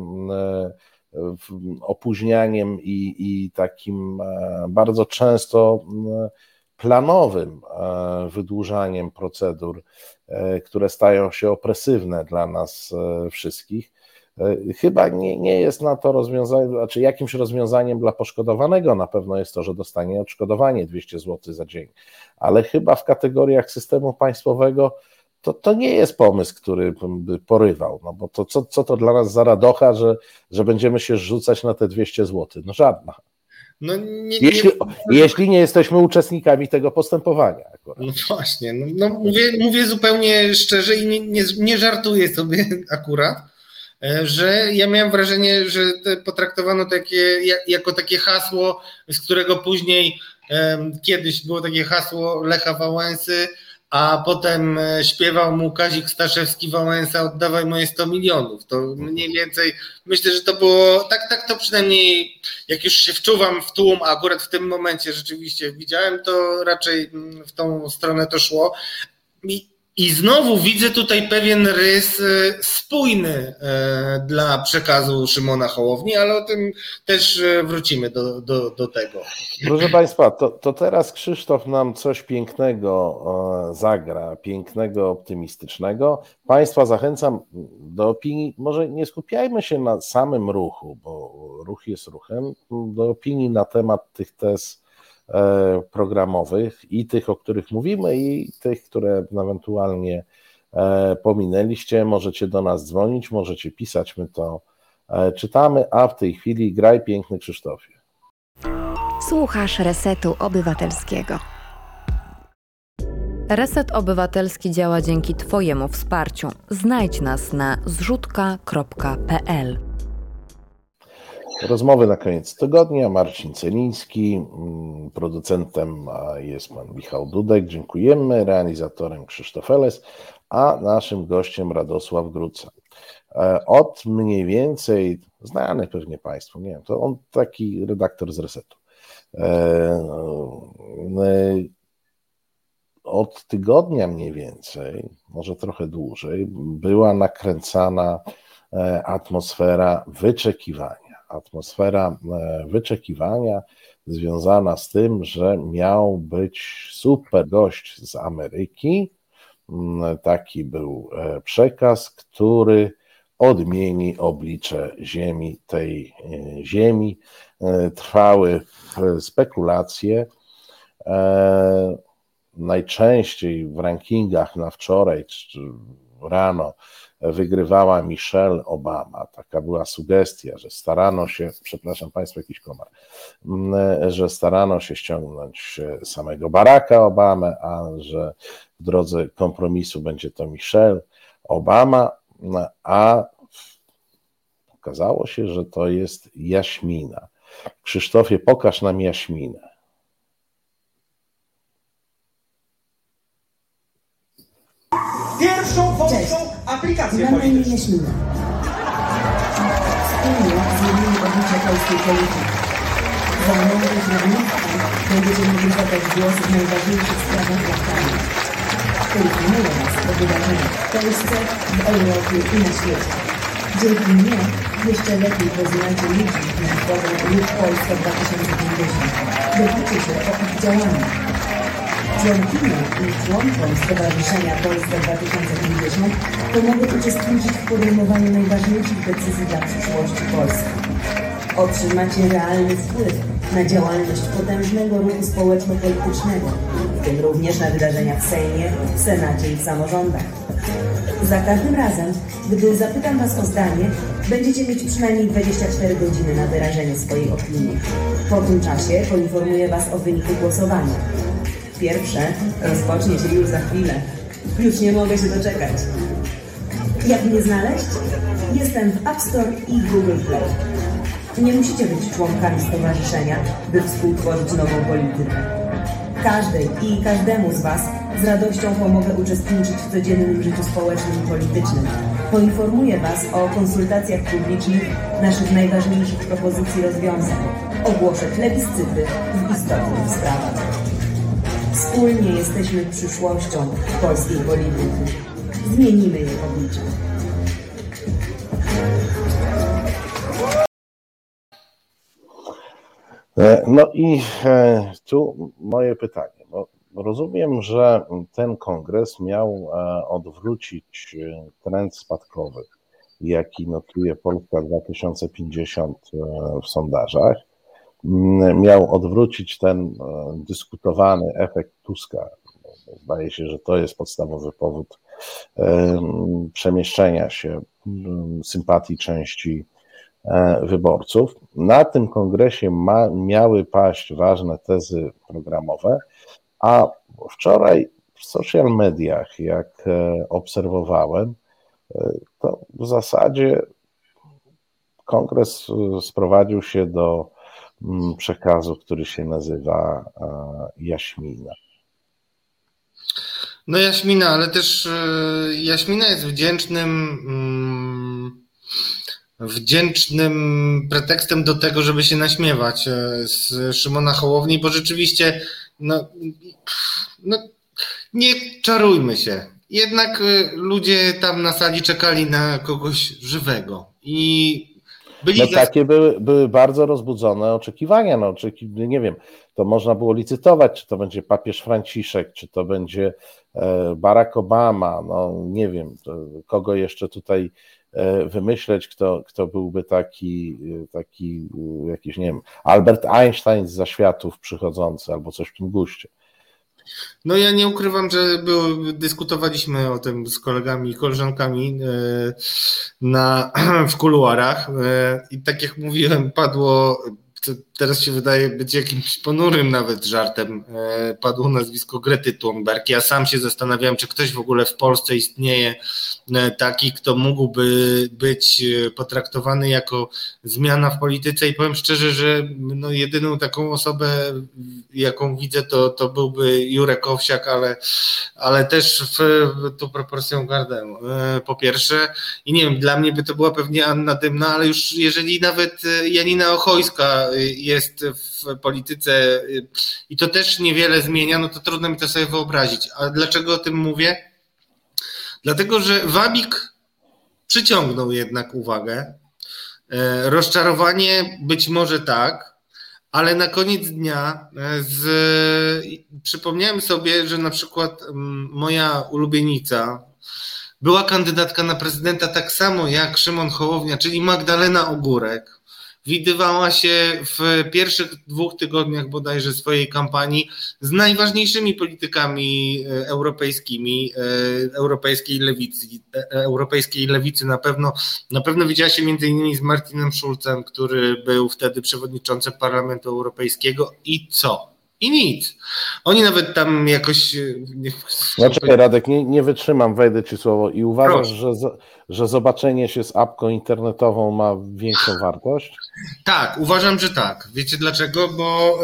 opóźnianiem i takim bardzo często planowym wydłużaniem procedur, które stają się opresywne dla nas wszystkich. Chyba nie jest na to rozwiązanie, znaczy jakimś rozwiązaniem dla poszkodowanego na pewno jest to, że dostanie odszkodowanie 200 zł za dzień, ale chyba w kategoriach systemu państwowego to nie jest pomysł, który by porywał, no bo to co to dla nas za radocha, że będziemy się rzucać na te 200 zł? No żadna. No jeśli nie jesteśmy uczestnikami tego postępowania. Akurat. No właśnie, mówię zupełnie szczerze i nie żartuję sobie akurat, że ja miałem wrażenie, że potraktowano jako takie hasło, z którego później kiedyś było takie hasło Lecha Wałęsy, a potem śpiewał mu Kazik Staszewski-Wałęsa, oddawaj moje 100 milionów. To mniej więcej, myślę, że to było, tak to przynajmniej, jak już się wczuwam w tłum, a akurat w tym momencie rzeczywiście widziałem, to raczej w tą stronę to szło. I znowu widzę tutaj pewien rys spójny dla przekazu Szymona Hołowni, ale o tym też wrócimy do tego. Proszę Państwa, to teraz Krzysztof nam coś pięknego zagra, pięknego, optymistycznego. Państwa zachęcam do opinii, może nie skupiajmy się na samym ruchu, bo ruch jest ruchem, do opinii na temat tych tez programowych i tych, o których mówimy, i tych, które ewentualnie pominęliście. Możecie do nas dzwonić, możecie pisać, my to czytamy, a w tej chwili graj piękny Krzysztofie. Słuchasz Resetu Obywatelskiego. Reset Obywatelski działa dzięki Twojemu wsparciu. Znajdź nas na zrzutka.pl. Rozmowy na koniec tygodnia. Marcin Celiński, producentem jest pan Michał Dudek, dziękujemy, realizatorem Krzysztof Eles, a naszym gościem Radosław Gruca. Od mniej więcej, znany pewnie Państwu, nie wiem, to on taki redaktor z Resetu. Od tygodnia mniej więcej, może trochę dłużej, była nakręcana atmosfera wyczekiwania związana z tym, że miał być super gość z Ameryki. Taki był przekaz, który odmieni oblicze Ziemi, tej Ziemi. Trwały spekulacje. Najczęściej w rankingach na wczoraj czy rano wygrywała Michelle Obama. Taka była sugestia, że starano się, przepraszam Państwa, jakiś komar, że starano się ściągnąć samego Baracka Obamę, a że w drodze kompromisu będzie to Michelle Obama, a okazało się, że to jest Jaśmina. Krzysztofie, pokaż nam Jaśminę. Pierwszą polską aplikację Mam na imię polityczną. Jaśmina. Wspólnie zmienimy oblicze polskiej polityki. Za mądrość nowictwa będziecie mogli zadać głos w najważniejszych sprawach dla kraju. Informuję Was o wydarzeniach w Polsce, w Europie i na świecie. Dzięki mnie jeszcze lepiej poznacie ludzi na forum Lud Polska 2050. Dowiecie się o ich działaniach. Członkiniom i członkom Stowarzyszenia Polska 2050 pomogę uczestniczyć w podejmowaniu najważniejszych decyzji dla przyszłości Polski. Otrzymacie realny wpływ na działalność potężnego ruchu społeczno-politycznego, w tym również na wydarzenia w Sejmie, w Senacie i w samorządach. Za każdym razem, gdy zapytam Was o zdanie, będziecie mieć przynajmniej 24 godziny na wyrażenie swojej opinii. Po tym czasie poinformuję Was o wyniku głosowania. Pierwsze rozpocznie się już za chwilę. Już nie mogę się doczekać. Jak mnie znaleźć? Jestem w App Store i Google Play. Nie musicie być członkami stowarzyszenia, by współtworzyć nową politykę. Każdej i każdemu z Was z radością pomogę uczestniczyć w codziennym życiu społecznym i politycznym. Poinformuję Was o konsultacjach publicznych, naszych najważniejszych propozycji rozwiązań. Ogłoszę plebiscyty w istotnych sprawach. Wspólnie jesteśmy przyszłością polskiej polityki. Zmienimy jej oblicze. No i tu moje pytanie, bo rozumiem, że ten kongres miał odwrócić trend spadkowy, jaki notuje Polska 2050 w sondażach. Miał odwrócić ten dyskutowany efekt Tuska. Zdaje się, że to jest podstawowy powód przemieszczenia się sympatii części wyborców. Na tym kongresie miały paść ważne tezy programowe, a wczoraj w social mediach, jak obserwowałem, to w zasadzie kongres sprowadził się do przekazu, który się nazywa Jaśmina. No Jaśmina, ale też Jaśmina jest wdzięcznym pretekstem do tego, żeby się naśmiewać z Szymona Hołowni, bo rzeczywiście nie czarujmy się. Jednak ludzie tam na sali czekali na kogoś żywego i byli takie były bardzo rozbudzone oczekiwania. Nie wiem, to można było licytować, czy to będzie papież Franciszek, czy to będzie Barack Obama, nie wiem, kogo jeszcze tutaj wymyśleć, kto byłby taki jakiś, nie wiem, Albert Einstein z zaświatów przychodzący, albo coś w tym guście. No ja nie ukrywam, że dyskutowaliśmy o tym z kolegami i koleżankami w kuluarach i tak jak mówiłem, padło, teraz się wydaje być jakimś ponurym nawet żartem, padło nazwisko Grety Thunberg. Ja sam się zastanawiałem, czy ktoś w ogóle w Polsce istnieje taki, kto mógłby być potraktowany jako zmiana w polityce i powiem szczerze, że no jedyną taką osobę, jaką widzę, to byłby Jurek Owsiak, ale też tu proporcją gardę po pierwsze i nie wiem, dla mnie by to była pewnie Anna Dymna, ale już jeżeli nawet Janina Ochojska jest w polityce i to też niewiele zmienia, no to trudno mi to sobie wyobrazić. A dlaczego o tym mówię? Dlatego, że Wabik przyciągnął jednak uwagę. Rozczarowanie być może tak, ale na koniec dnia przypomniałem sobie, że na przykład moja ulubienica była kandydatka na prezydenta tak samo jak Szymon Hołownia, czyli Magdalena Ogórek. Widywała się w pierwszych 2 tygodniach bodajże swojej kampanii z najważniejszymi politykami europejskimi, europejskiej lewicy na pewno widziała się między innymi z Martinem Schulzem, który był wtedy przewodniczącym Parlamentu Europejskiego i co? I nic. Oni nawet tam jakoś... Znaczy, Radek, nie wytrzymam, wejdę ci słowo i uważasz, że zobaczenie się z apką internetową ma większą wartość? Tak, uważam, że tak. Wiecie dlaczego? Bo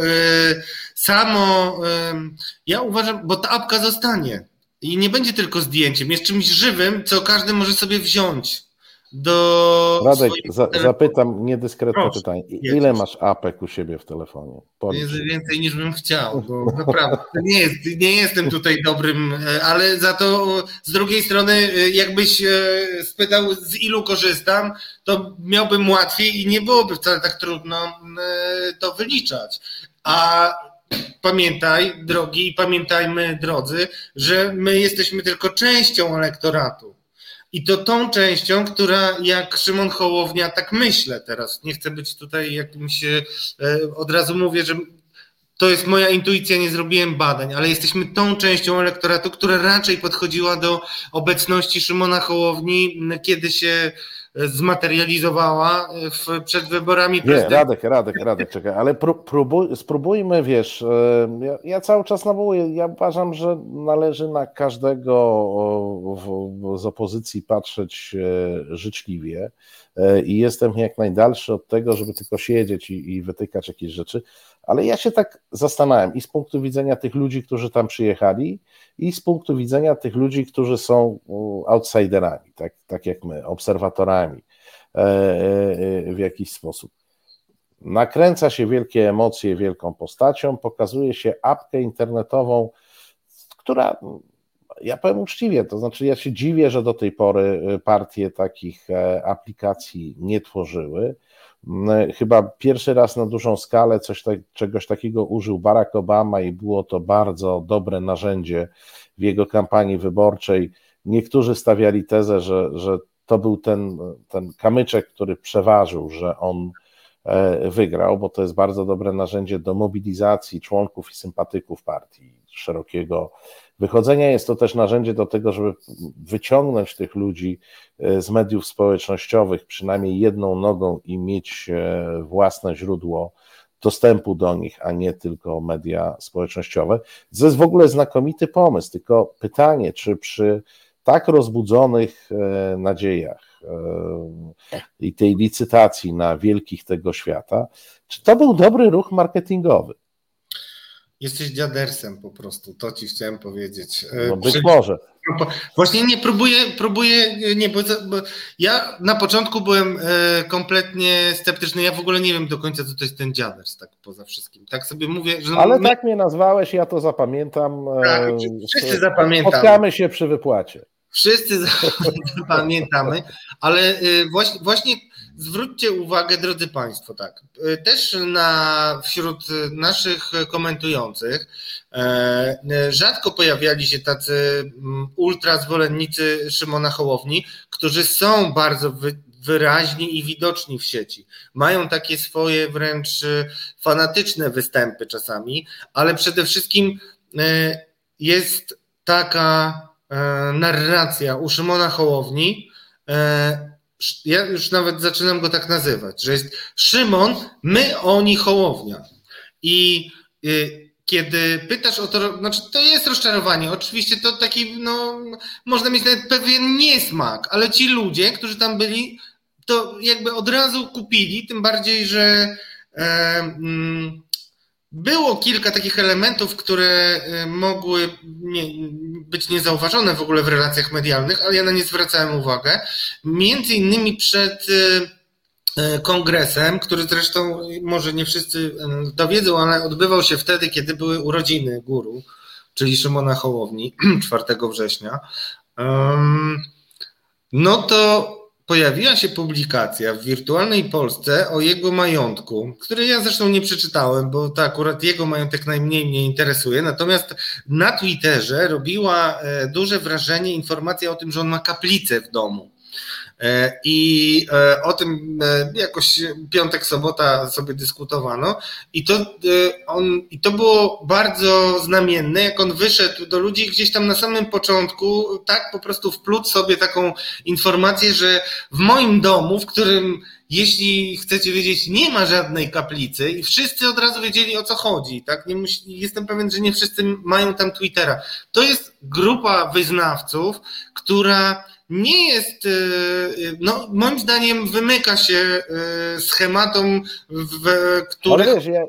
ja uważam, bo ta apka zostanie i nie będzie tylko zdjęciem, jest czymś żywym, co każdy może sobie wziąć. Radek, zapytam niedyskretne pytanie. Ile masz apek u siebie w telefonie? Jest więcej niż bym chciał, bo naprawdę nie jestem tutaj dobrym, ale za to z drugiej strony jakbyś spytał, z ilu korzystam, to miałbym łatwiej i nie byłoby wcale tak trudno to wyliczać. A pamiętaj, drogi, i pamiętajmy, drodzy, że my jesteśmy tylko częścią elektoratu. I to tą częścią, która jak Szymon Hołownia, tak myślę teraz, nie chcę być tutaj jakimś, od razu mówię, że to jest moja intuicja, nie zrobiłem badań, ale jesteśmy tą częścią elektoratu, która raczej podchodziła do obecności Szymona Hołowni, kiedy się zmaterializowała przed wyborami prezydenckimi. Nie, Radek, czekaj, ale spróbujmy, wiesz, ja cały czas nawołuję, ja uważam, że należy na każdego z opozycji patrzeć życzliwie i jestem jak najdalszy od tego, żeby tylko siedzieć i wytykać jakieś rzeczy, ale ja się tak zastanawiam i z punktu widzenia tych ludzi, którzy tam przyjechali i z punktu widzenia tych ludzi, którzy są outsiderami, tak jak my, obserwatorami w jakiś sposób. Nakręca się wielkie emocje wielką postacią, pokazuje się apkę internetową, która, ja powiem uczciwie, to znaczy ja się dziwię, że do tej pory partie takich aplikacji nie tworzyły. Chyba pierwszy raz na dużą skalę czegoś takiego użył Barack Obama i było to bardzo dobre narzędzie w jego kampanii wyborczej. Niektórzy stawiali tezę, że to był ten kamyczek, który przeważył, że on wygrał, bo to jest bardzo dobre narzędzie do mobilizacji członków i sympatyków partii, szerokiego wychodzenia. Jest to też narzędzie do tego, żeby wyciągnąć tych ludzi z mediów społecznościowych przynajmniej jedną nogą i mieć własne źródło dostępu do nich, a nie tylko media społecznościowe. To jest w ogóle znakomity pomysł, tylko pytanie, czy przy tak rozbudzonych nadziejach i tej licytacji na wielkich tego świata, czy to był dobry ruch marketingowy? Jesteś dziadersem po prostu, to ci chciałem powiedzieć. No być może. Właśnie nie próbuję, bo ja na początku byłem kompletnie sceptyczny, ja w ogóle nie wiem do końca, co to jest ten dziaders, tak poza wszystkim. Tak sobie mówię, że... Ale tak mnie nazwałeś, ja to zapamiętam. Tak, wszyscy zapamiętamy. Spotkamy się przy wypłacie. Wszyscy zapamiętamy, ale właśnie zwróćcie uwagę, drodzy Państwo, tak, też wśród naszych komentujących rzadko pojawiali się tacy ultrazwolennicy Szymona Hołowni, którzy są bardzo wyraźni i widoczni w sieci. Mają takie swoje wręcz fanatyczne występy czasami, ale przede wszystkim jest taka narracja u Szymona Hołowni, ja już nawet zaczynam go tak nazywać, że jest Szymon, my, oni, Hołownia. I kiedy pytasz o to, znaczy to jest rozczarowanie, oczywiście to taki, no, można mieć nawet pewien niesmak, ale ci ludzie, którzy tam byli, to jakby od razu kupili, tym bardziej, że było kilka takich elementów, które mogły być niezauważone w ogóle w relacjach medialnych, ale ja na nie zwracałem uwagę. Między innymi przed kongresem, który zresztą może nie wszyscy dowiedzą, ale odbywał się wtedy, kiedy były urodziny guru, czyli Szymona Hołowni, 4 września, no to pojawiła się publikacja w Wirtualnej Polsce o jego majątku, który ja zresztą nie przeczytałem, bo to akurat jego majątek najmniej mnie interesuje, natomiast na Twitterze robiła duże wrażenie informacja o tym, że on ma kaplicę w domu. I o tym jakoś piątek, sobota sobie dyskutowano i to było bardzo znamienne, jak on wyszedł do ludzi gdzieś tam na samym początku, tak po prostu wplótł sobie taką informację, że w moim domu, w którym, jeśli chcecie wiedzieć, nie ma żadnej kaplicy i wszyscy od razu wiedzieli, o co chodzi, tak? Jestem pewien, że nie wszyscy mają tam Twittera. To jest grupa wyznawców, która nie jest, no moim zdaniem wymyka się schematom, w których... Ale wiesz,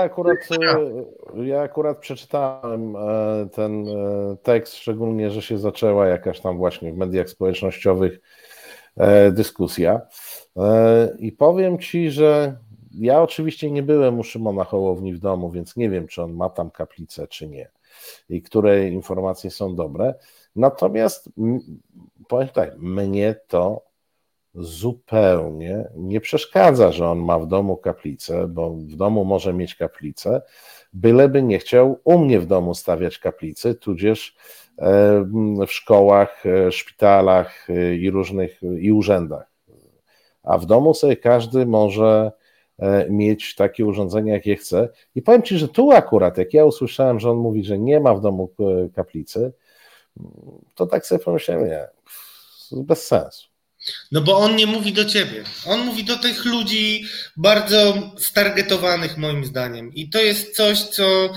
ja akurat przeczytałem ten tekst, szczególnie, że się zaczęła jakaś tam właśnie w mediach społecznościowych dyskusja i powiem Ci, że ja oczywiście nie byłem u Szymona Hołowni w domu, więc nie wiem, czy on ma tam kaplicę, czy nie i które informacje są dobre. Natomiast powiem tak, mnie to zupełnie nie przeszkadza, że on ma w domu kaplicę, bo w domu może mieć kaplicę, byleby nie chciał u mnie w domu stawiać kaplicy, tudzież w szkołach, szpitalach i urzędach. A w domu sobie każdy może mieć takie urządzenia, jakie chce. I powiem Ci, że tu akurat, jak ja usłyszałem, że on mówi, że nie ma w domu kaplicy, to tak sobie pomyślałem, nie, bez sensu. No bo on nie mówi do ciebie, on mówi do tych ludzi bardzo stargetowanych moim zdaniem i to jest coś, co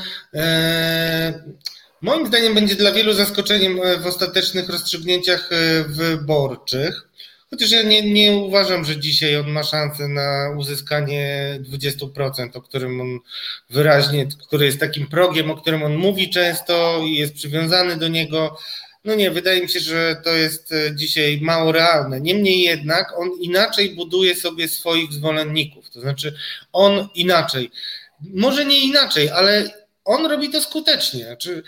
moim zdaniem będzie dla wielu zaskoczeniem w ostatecznych rozstrzygnięciach wyborczych, chociaż ja nie uważam, że dzisiaj on ma szansę na uzyskanie 20%, o którym on wyraźnie, który jest takim progiem, o którym on mówi często i jest przywiązany do niego. No nie, wydaje mi się, że to jest dzisiaj mało realne. Niemniej jednak on inaczej buduje sobie swoich zwolenników. To znaczy on inaczej, może nie inaczej, ale on robi to skutecznie. Znaczy,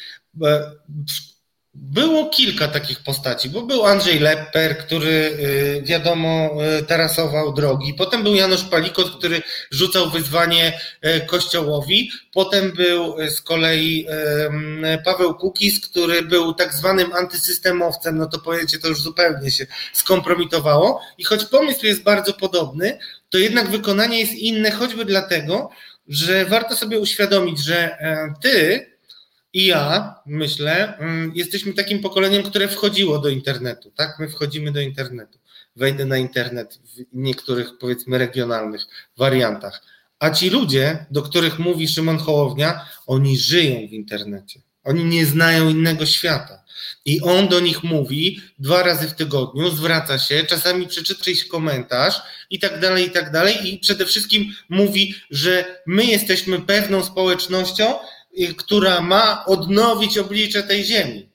było kilka takich postaci, bo był Andrzej Lepper, który wiadomo tarasował drogi, potem był Janusz Palikot, który rzucał wyzwanie Kościołowi, potem był z kolei Paweł Kukiz, który był tak zwanym antysystemowcem, no to pojęcie to już zupełnie się skompromitowało i choć pomysł jest bardzo podobny, to jednak wykonanie jest inne, choćby dlatego, że warto sobie uświadomić, że ty i ja, myślę, jesteśmy takim pokoleniem, które wchodziło do internetu, tak? My wchodzimy do internetu. Wejdę na internet w niektórych, powiedzmy, regionalnych wariantach. A ci ludzie, do których mówi Szymon Hołownia, oni żyją w internecie. Oni nie znają innego świata. I on do nich mówi 2 razy w tygodniu, zwraca się, czasami przeczyta czyjś komentarz i tak dalej, i tak dalej. I przede wszystkim mówi, że my jesteśmy pewną społecznością, która ma odnowić oblicze tej ziemi.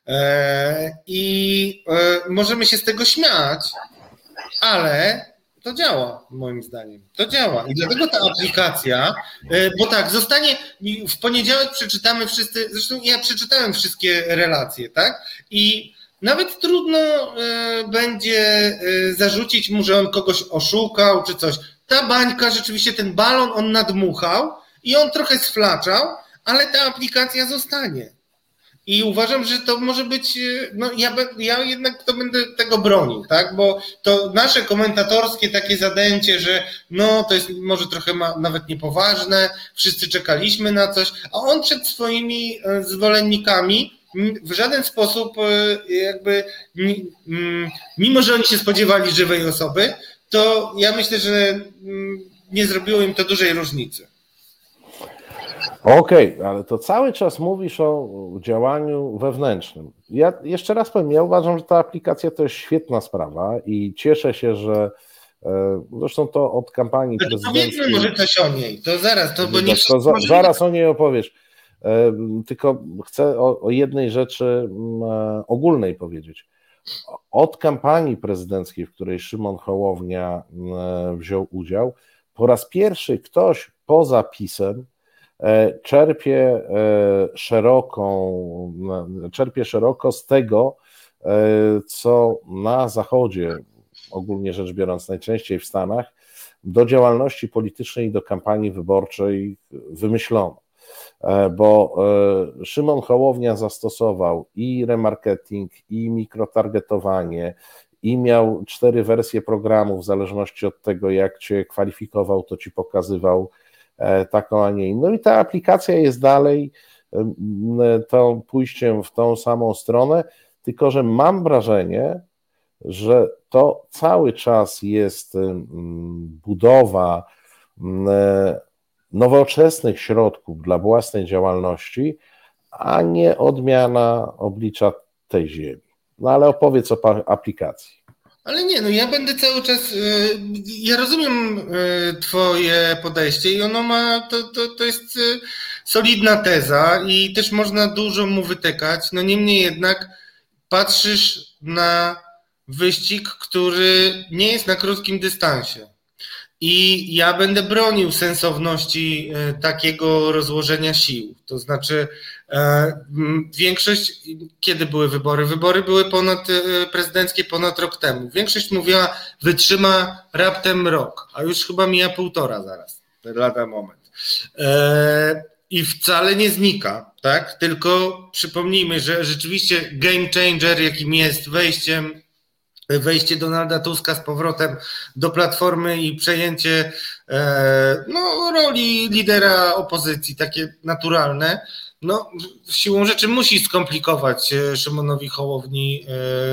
I możemy się z tego śmiać, ale to działa, moim zdaniem. To działa. I dlatego ta aplikacja, bo tak, zostanie, w poniedziałek przeczytamy wszyscy, zresztą ja przeczytałem wszystkie relacje, tak? I nawet trudno będzie zarzucić mu, że on kogoś oszukał czy coś. Ta bańka, rzeczywiście ten balon on nadmuchał i on trochę sflaczał, ale ta aplikacja zostanie. I uważam, że to może być, no ja jednak to będę tego bronił, tak? Bo to nasze komentatorskie takie zadęcie, że no to jest może trochę nawet niepoważne, wszyscy czekaliśmy na coś, a on przed swoimi zwolennikami w żaden sposób jakby, mimo że oni się spodziewali żywej osoby, to ja myślę, że nie zrobiło im to dużej różnicy. Okej, ale to cały czas mówisz o działaniu wewnętrznym. Ja jeszcze raz powiem, ja uważam, że ta aplikacja to jest świetna sprawa i cieszę się, że zresztą to od kampanii prezydenckiej... Powiedzmy może coś o niej, to zaraz, to bo nie... Zaraz o niej opowiesz, tylko chcę o jednej rzeczy ogólnej powiedzieć. Od kampanii prezydenckiej, w której Szymon Hołownia wziął udział, po raz pierwszy ktoś poza PiS-em czerpie szeroko z tego, co na Zachodzie, ogólnie rzecz biorąc najczęściej w Stanach, do działalności politycznej i do kampanii wyborczej wymyślono. Bo Szymon Hołownia zastosował i remarketing, i mikrotargetowanie, i miał 4 wersje programu, w zależności od tego, jak cię kwalifikował, to ci pokazywał taką, a nie inną. I ta aplikacja jest dalej tą pójściem w tą samą stronę, tylko że mam wrażenie, że to cały czas jest budowa nowoczesnych środków dla własnej działalności, a nie odmiana oblicza tej ziemi. No ale opowiedz o aplikacji. Ale nie, no ja będę cały czas, ja rozumiem twoje podejście i ono ma, to jest solidna teza i też można dużo mu wytykać, no niemniej jednak patrzysz na wyścig, który nie jest na krótkim dystansie. I ja będę bronił sensowności takiego rozłożenia sił. To znaczy większość, kiedy były wybory? Wybory były prezydenckie ponad rok temu. Większość mówiła, wytrzyma raptem rok, a już chyba mija 1,5 zaraz, lada moment. I wcale nie znika, tak? Tylko przypomnijmy, że rzeczywiście game changer, jakim jest wejście Donalda Tuska z powrotem do Platformy i przejęcie roli lidera opozycji, takie naturalne, no siłą rzeczy musi skomplikować Szymonowi Hołowni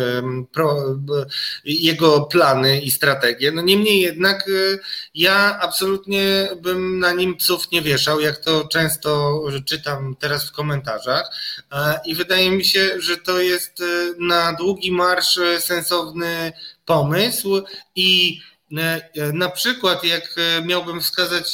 jego plany i strategie. No niemniej jednak ja absolutnie bym na nim psów nie wieszał, jak to często czytam teraz w komentarzach i wydaje mi się, że to jest na długi marsz sensowny pomysł i na przykład jak miałbym wskazać,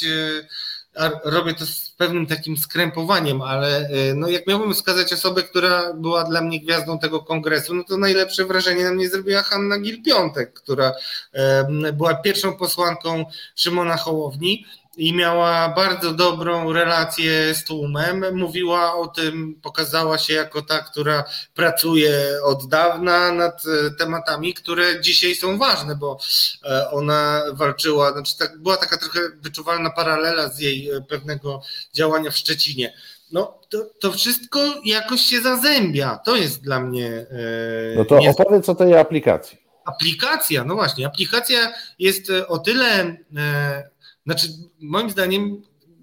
robię to z pewnym takim skrępowaniem, ale no jak miałbym wskazać osobę, która była dla mnie gwiazdą tego kongresu, no to najlepsze wrażenie na mnie zrobiła Hanna Gill-Piątek, która była pierwszą posłanką Szymona Hołowni i miała bardzo dobrą relację z tłumem. Mówiła o tym, pokazała się jako ta, która pracuje od dawna nad tematami, które dzisiaj są ważne, bo ona walczyła, znaczy była taka trochę wyczuwalna paralela z jej pewnego działania w Szczecinie. No to wszystko jakoś się zazębia. To jest dla mnie... No to opowiedz o tej aplikacji. Aplikacja, no właśnie. Aplikacja jest o tyle... Znaczy, moim zdaniem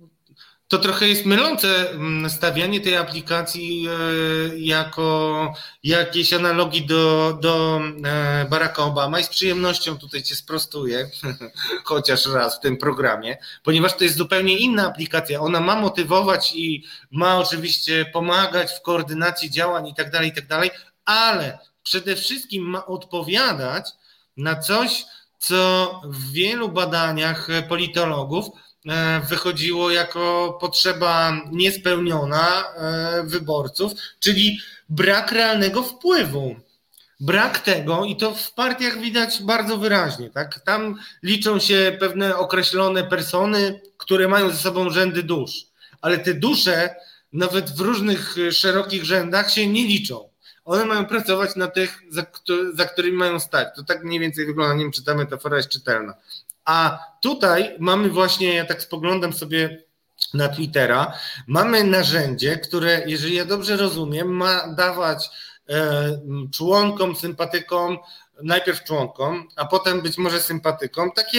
to trochę jest mylące stawianie tej aplikacji jako jakiejś analogii do Baracka Obama i z przyjemnością tutaj cię sprostuję, chociaż raz w tym programie, ponieważ to jest zupełnie inna aplikacja. Ona ma motywować i ma oczywiście pomagać w koordynacji działań i tak dalej, ale przede wszystkim ma odpowiadać na coś, co w wielu badaniach politologów wychodziło jako potrzeba niespełniona wyborców, czyli brak realnego wpływu. Brak tego i to w partiach widać bardzo wyraźnie. Tak? Tam liczą się pewne określone persony, które mają ze sobą rzędy dusz, ale te dusze nawet w różnych szerokich rzędach się nie liczą. One mają pracować na tych, za którymi mają stać. To tak mniej więcej wygląda, nie wiem, czy ta metafora jest czytelna. A tutaj mamy właśnie, ja tak spoglądam sobie na Twittera, mamy narzędzie, które, jeżeli ja dobrze rozumiem, ma dawać członkom, sympatykom, najpierw członkom, a potem być może sympatykom, takie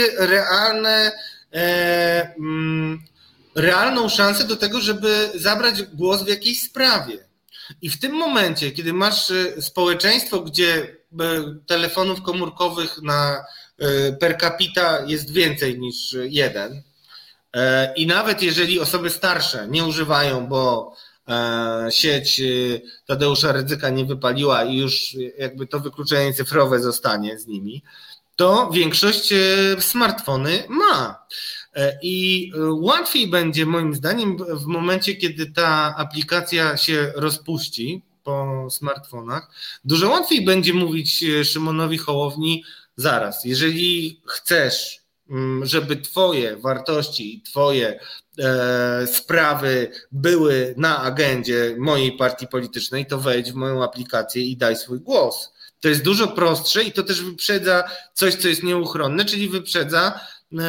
realną szansę do tego, żeby zabrać głos w jakiejś sprawie. I w tym momencie, kiedy masz społeczeństwo, gdzie telefonów komórkowych na per capita jest więcej niż jeden, i nawet jeżeli osoby starsze nie używają, bo sieć Tadeusza Rydzyka nie wypaliła i już jakby to wykluczenie cyfrowe zostanie z nimi, to większość smartfony ma. I łatwiej będzie moim zdaniem w momencie, kiedy ta aplikacja się rozpuści po smartfonach, dużo łatwiej będzie mówić Szymonowi Hołowni: zaraz, jeżeli chcesz, żeby twoje wartości i twoje sprawy były na agendzie mojej partii politycznej, to wejdź w moją aplikację i daj swój głos. To jest dużo prostsze i to też wyprzedza coś, co jest nieuchronne, czyli wyprzedza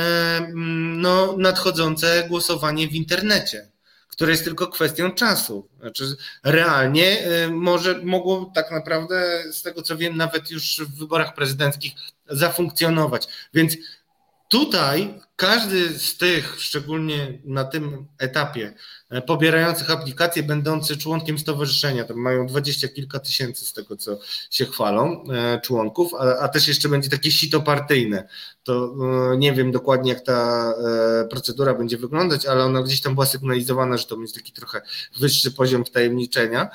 nadchodzące głosowanie w internecie, które jest tylko kwestią czasu. Znaczy realnie mogło tak naprawdę, z tego co wiem, nawet już w wyborach prezydenckich zafunkcjonować. Więc tutaj każdy z tych, szczególnie na tym etapie, pobierających aplikacje, będący członkiem stowarzyszenia, to mają 20 kilka tysięcy z tego, co się chwalą, członków, a też jeszcze będzie takie sito partyjne. To nie wiem dokładnie, jak ta procedura będzie wyglądać, ale ona gdzieś tam była sygnalizowana, że to będzie taki trochę wyższy poziom wtajemniczenia.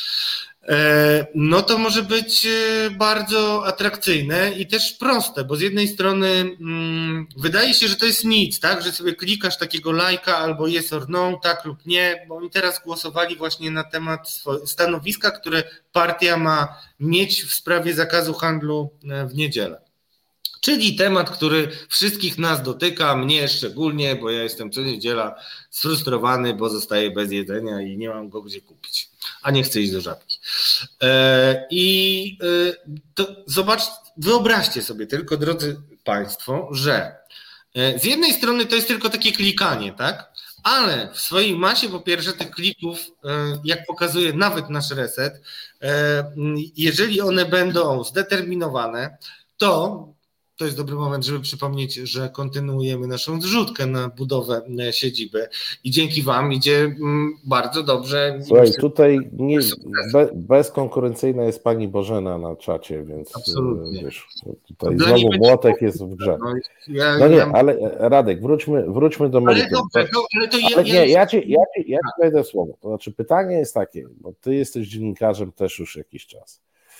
No to może być bardzo atrakcyjne i też proste, bo z jednej strony wydaje się, że to jest nic, tak, że sobie klikasz takiego lajka albo yes or no, tak lub nie, bo oni teraz głosowali właśnie na temat stanowiska, które partia ma mieć w sprawie zakazu handlu w niedzielę. Czyli temat, który wszystkich nas dotyka, mnie szczególnie, bo ja jestem co niedziela sfrustrowany, bo zostaję bez jedzenia i nie mam go gdzie kupić, a nie chcę iść do Żabki. To wyobraźcie sobie tylko, drodzy Państwo, że z jednej strony to jest tylko takie klikanie, tak? Ale w swojej masie, po pierwsze, tych klików, jak pokazuje nawet nasz Reset, jeżeli one będą zdeterminowane, to jest dobry moment, żeby przypomnieć, że kontynuujemy naszą zrzutkę na budowę siedziby i dzięki Wam idzie bardzo dobrze. Słuchaj, tutaj bezkonkurencyjna jest pani Bożena na czacie, więc absolutnie. Wiesz, tutaj znowu młotek jest w grze. Ale Radek, wróćmy do meritum. Ja ci wejdę słowo. To znaczy pytanie jest takie, bo ty jesteś dziennikarzem też już jakiś czas.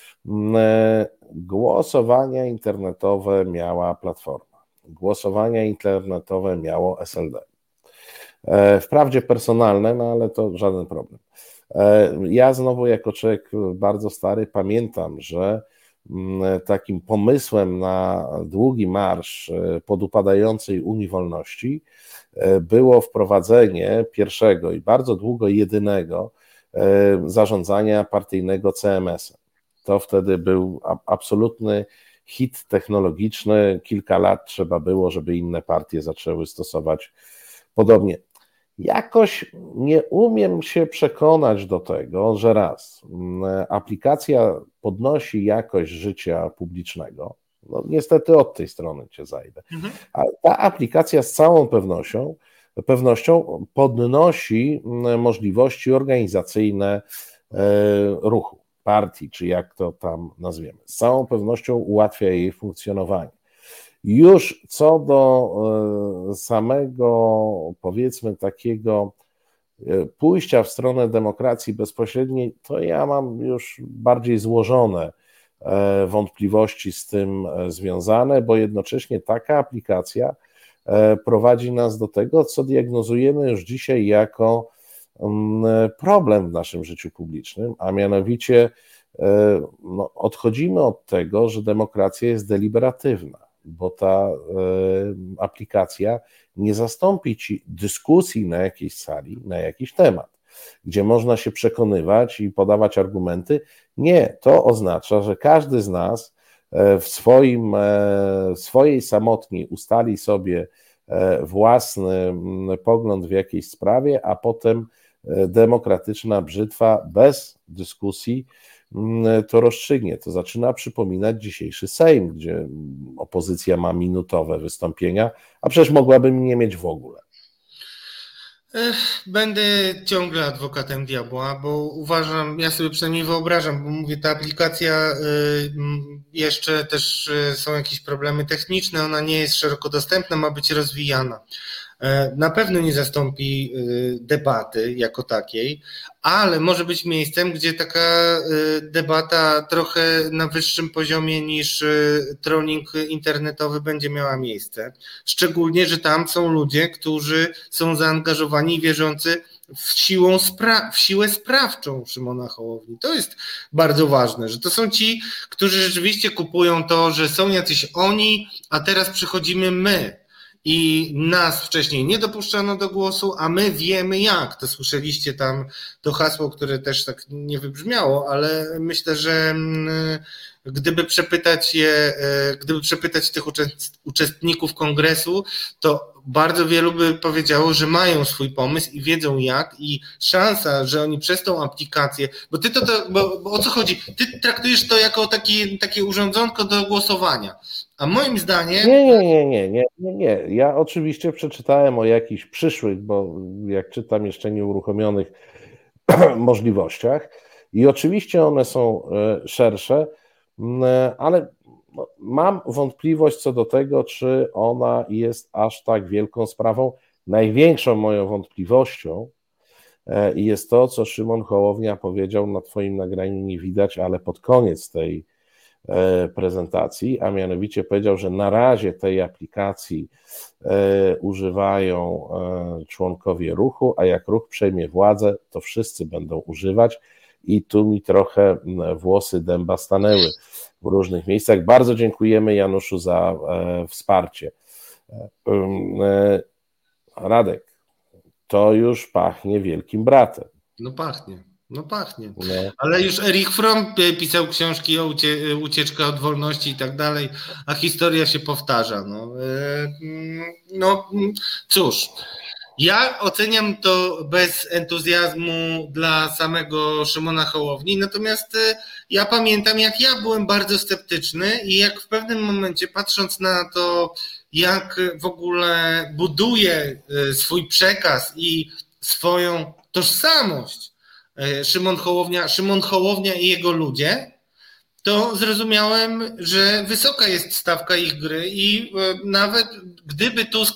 Głosowania internetowe miała Platforma, głosowania internetowe miało SLD. Wprawdzie personalne, no ale to żaden problem. Ja znowu jako człowiek bardzo stary pamiętam, że takim pomysłem na długi marsz podupadającej Unii Wolności było wprowadzenie pierwszego i bardzo długo jedynego zarządzania partyjnego CMS-em. To wtedy był absolutny hit technologiczny. Kilka lat trzeba było, żeby inne partie zaczęły stosować podobnie. Jakoś nie umiem się przekonać do tego, że raz, aplikacja podnosi jakość życia publicznego. No, niestety od tej strony cię zajdę. A ta aplikacja z całą pewnością podnosi możliwości organizacyjne ruchu, partii, czy jak to tam nazwiemy. Z całą pewnością ułatwia jej funkcjonowanie. Już co do samego, powiedzmy, takiego pójścia w stronę demokracji bezpośredniej, to ja mam już bardziej złożone wątpliwości z tym związane, bo jednocześnie taka aplikacja prowadzi nas do tego, co diagnozujemy już dzisiaj jako problem w naszym życiu publicznym, a mianowicie odchodzimy od tego, że demokracja jest deliberatywna, bo ta aplikacja nie zastąpi ci dyskusji na jakiejś sali, na jakiś temat, gdzie można się przekonywać i podawać argumenty. Nie, to oznacza, że każdy z nas w swojej samotni ustali sobie własny pogląd w jakiejś sprawie, a potem demokratyczna brzytwa bez dyskusji to rozstrzygnie. To zaczyna przypominać dzisiejszy Sejm, gdzie opozycja ma minutowe wystąpienia, a przecież mogłaby nie mieć w ogóle. Będę ciągle adwokatem diabła, bo uważam, ja sobie przynajmniej wyobrażam, bo mówię, ta aplikacja jeszcze też są jakieś problemy techniczne, ona nie jest szeroko dostępna, ma być rozwijana. Na pewno nie zastąpi debaty jako takiej, ale może być miejscem, gdzie taka debata trochę na wyższym poziomie niż trolling internetowy będzie miała miejsce. Szczególnie, że tam są ludzie, którzy są zaangażowani i wierzący w siłę sprawczą Szymona Hołowni. To jest bardzo ważne, że to są ci, którzy rzeczywiście kupują to, że są jacyś oni, a teraz przychodzimy my. I nas wcześniej nie dopuszczano do głosu, a my wiemy jak. To słyszeliście tam to hasło, które też tak nie wybrzmiało, ale myślę, że gdyby przepytać tych uczestników kongresu, to bardzo wielu by powiedziało, że mają swój pomysł i wiedzą jak, i szansa, że oni przez tą aplikację, bo ty bo o co chodzi? Ty traktujesz to jako takie urządzonko do głosowania. A moim zdaniem... Nie. Ja oczywiście przeczytałem o jakichś przyszłych, bo jak czytam jeszcze nieuruchomionych możliwościach i oczywiście one są szersze, ale mam wątpliwość co do tego, czy ona jest aż tak wielką sprawą. Największą moją wątpliwością jest to, co Szymon Hołownia powiedział, na twoim nagraniu nie widać, ale pod koniec tej prezentacji, a mianowicie powiedział, że na razie tej aplikacji używają członkowie ruchu, a jak ruch przejmie władzę, to wszyscy będą używać i tu mi trochę włosy dęba stanęły w różnych miejscach. Bardzo dziękujemy Januszu za wsparcie. Radek, to już pachnie Wielkim Bratem. No pachnie. Ale już Erich Fromm pisał książki o ucieczce od wolności i tak dalej, a historia się powtarza. No cóż, ja oceniam to bez entuzjazmu dla samego Szymona Hołowni, natomiast ja pamiętam, jak ja byłem bardzo sceptyczny i jak w pewnym momencie, patrząc na to, jak w ogóle buduje swój przekaz i swoją tożsamość Szymon Hołownia i jego ludzie, to zrozumiałem, że wysoka jest stawka ich gry i nawet gdyby Tusk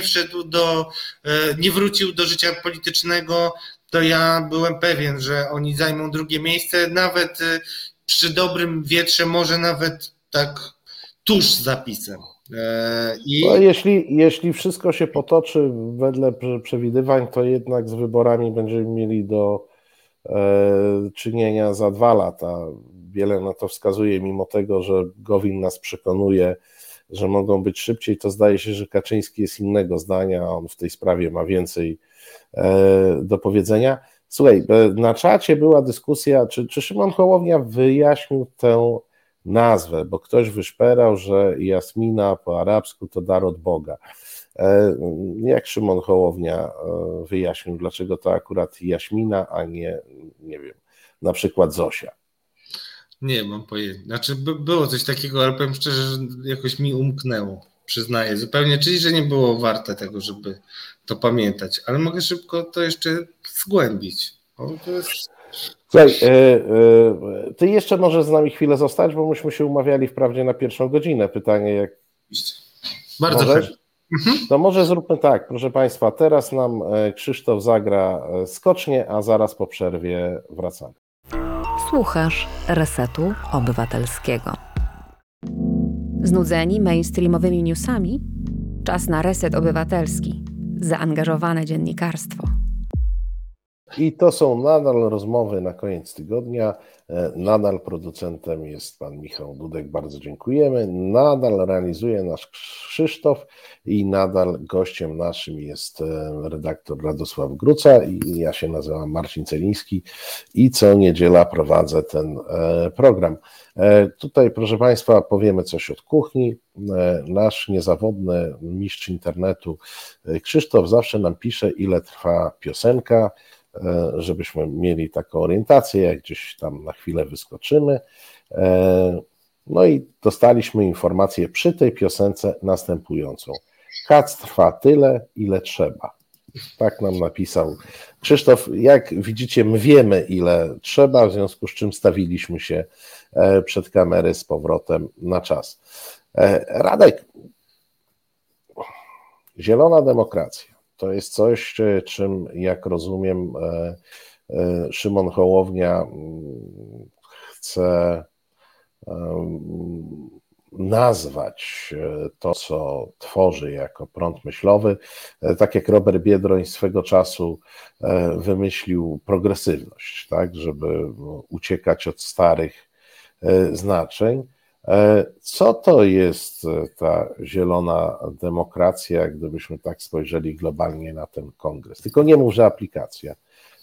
nie wrócił do życia politycznego, to ja byłem pewien, że oni zajmą drugie miejsce, nawet przy dobrym wietrze, może nawet tak tuż za PiS-em. No, jeśli wszystko się potoczy wedle przewidywań, to jednak z wyborami będziemy mieli do czynienia za 2 lata. Wiele na to wskazuje, mimo tego, że Gowin nas przekonuje, że mogą być szybciej, to zdaje się, że Kaczyński jest innego zdania, a on w tej sprawie ma więcej do powiedzenia. Słuchaj, na czacie była dyskusja, czy Szymon Hołownia wyjaśnił tę nazwę, bo ktoś wyszperał, że Jasmina po arabsku to dar od Boga. Jak Szymon Hołownia wyjaśnił, dlaczego to akurat Jaśmina, a nie wiem, na przykład Zosia? Nie mam pojęcia. Znaczy było coś takiego, ale powiem szczerze, że jakoś mi umknęło, przyznaję zupełnie, czyli że nie było warte tego, żeby to pamiętać, ale mogę szybko to jeszcze zgłębić. Słuchaj, ty jeszcze możesz z nami chwilę zostać, bo myśmy się umawiali wprawdzie na 1 godzinę. Pytanie, jak bardzo chętnie. To może zróbmy tak, proszę Państwa, teraz nam Krzysztof zagra skocznie, a zaraz po przerwie wracamy. Słuchasz Resetu Obywatelskiego. Znudzeni mainstreamowymi newsami? Czas na Reset Obywatelski. Zaangażowane dziennikarstwo. I to są nadal rozmowy na koniec tygodnia. Nadal producentem jest pan Michał Dudek, bardzo dziękujemy. Nadal realizuje nasz Krzysztof i nadal gościem naszym jest redaktor Radosław Gruca i ja się nazywam Marcin Celiński i co niedziela prowadzę ten program. Tutaj, proszę Państwa, powiemy coś od kuchni. Nasz niezawodny mistrz internetu Krzysztof zawsze nam pisze, ile trwa piosenka, żebyśmy mieli taką orientację, jak gdzieś tam na chwilę wyskoczymy. No i dostaliśmy informację przy tej piosence następującą. Kac trwa tyle, ile trzeba. Tak nam napisał Krzysztof. Jak widzicie, my wiemy, ile trzeba, w związku z czym stawiliśmy się przed kamery z powrotem na czas. Radek, zielona demokracja to jest coś, czym, jak rozumiem, Szymon Hołownia chce nazwać to, co tworzy jako prąd myślowy, tak jak Robert Biedroń swego czasu wymyślił progresywność, tak, żeby uciekać od starych znaczeń. Co to jest ta zielona demokracja, gdybyśmy tak spojrzeli globalnie na ten kongres? Tylko nie mów, że aplikacja.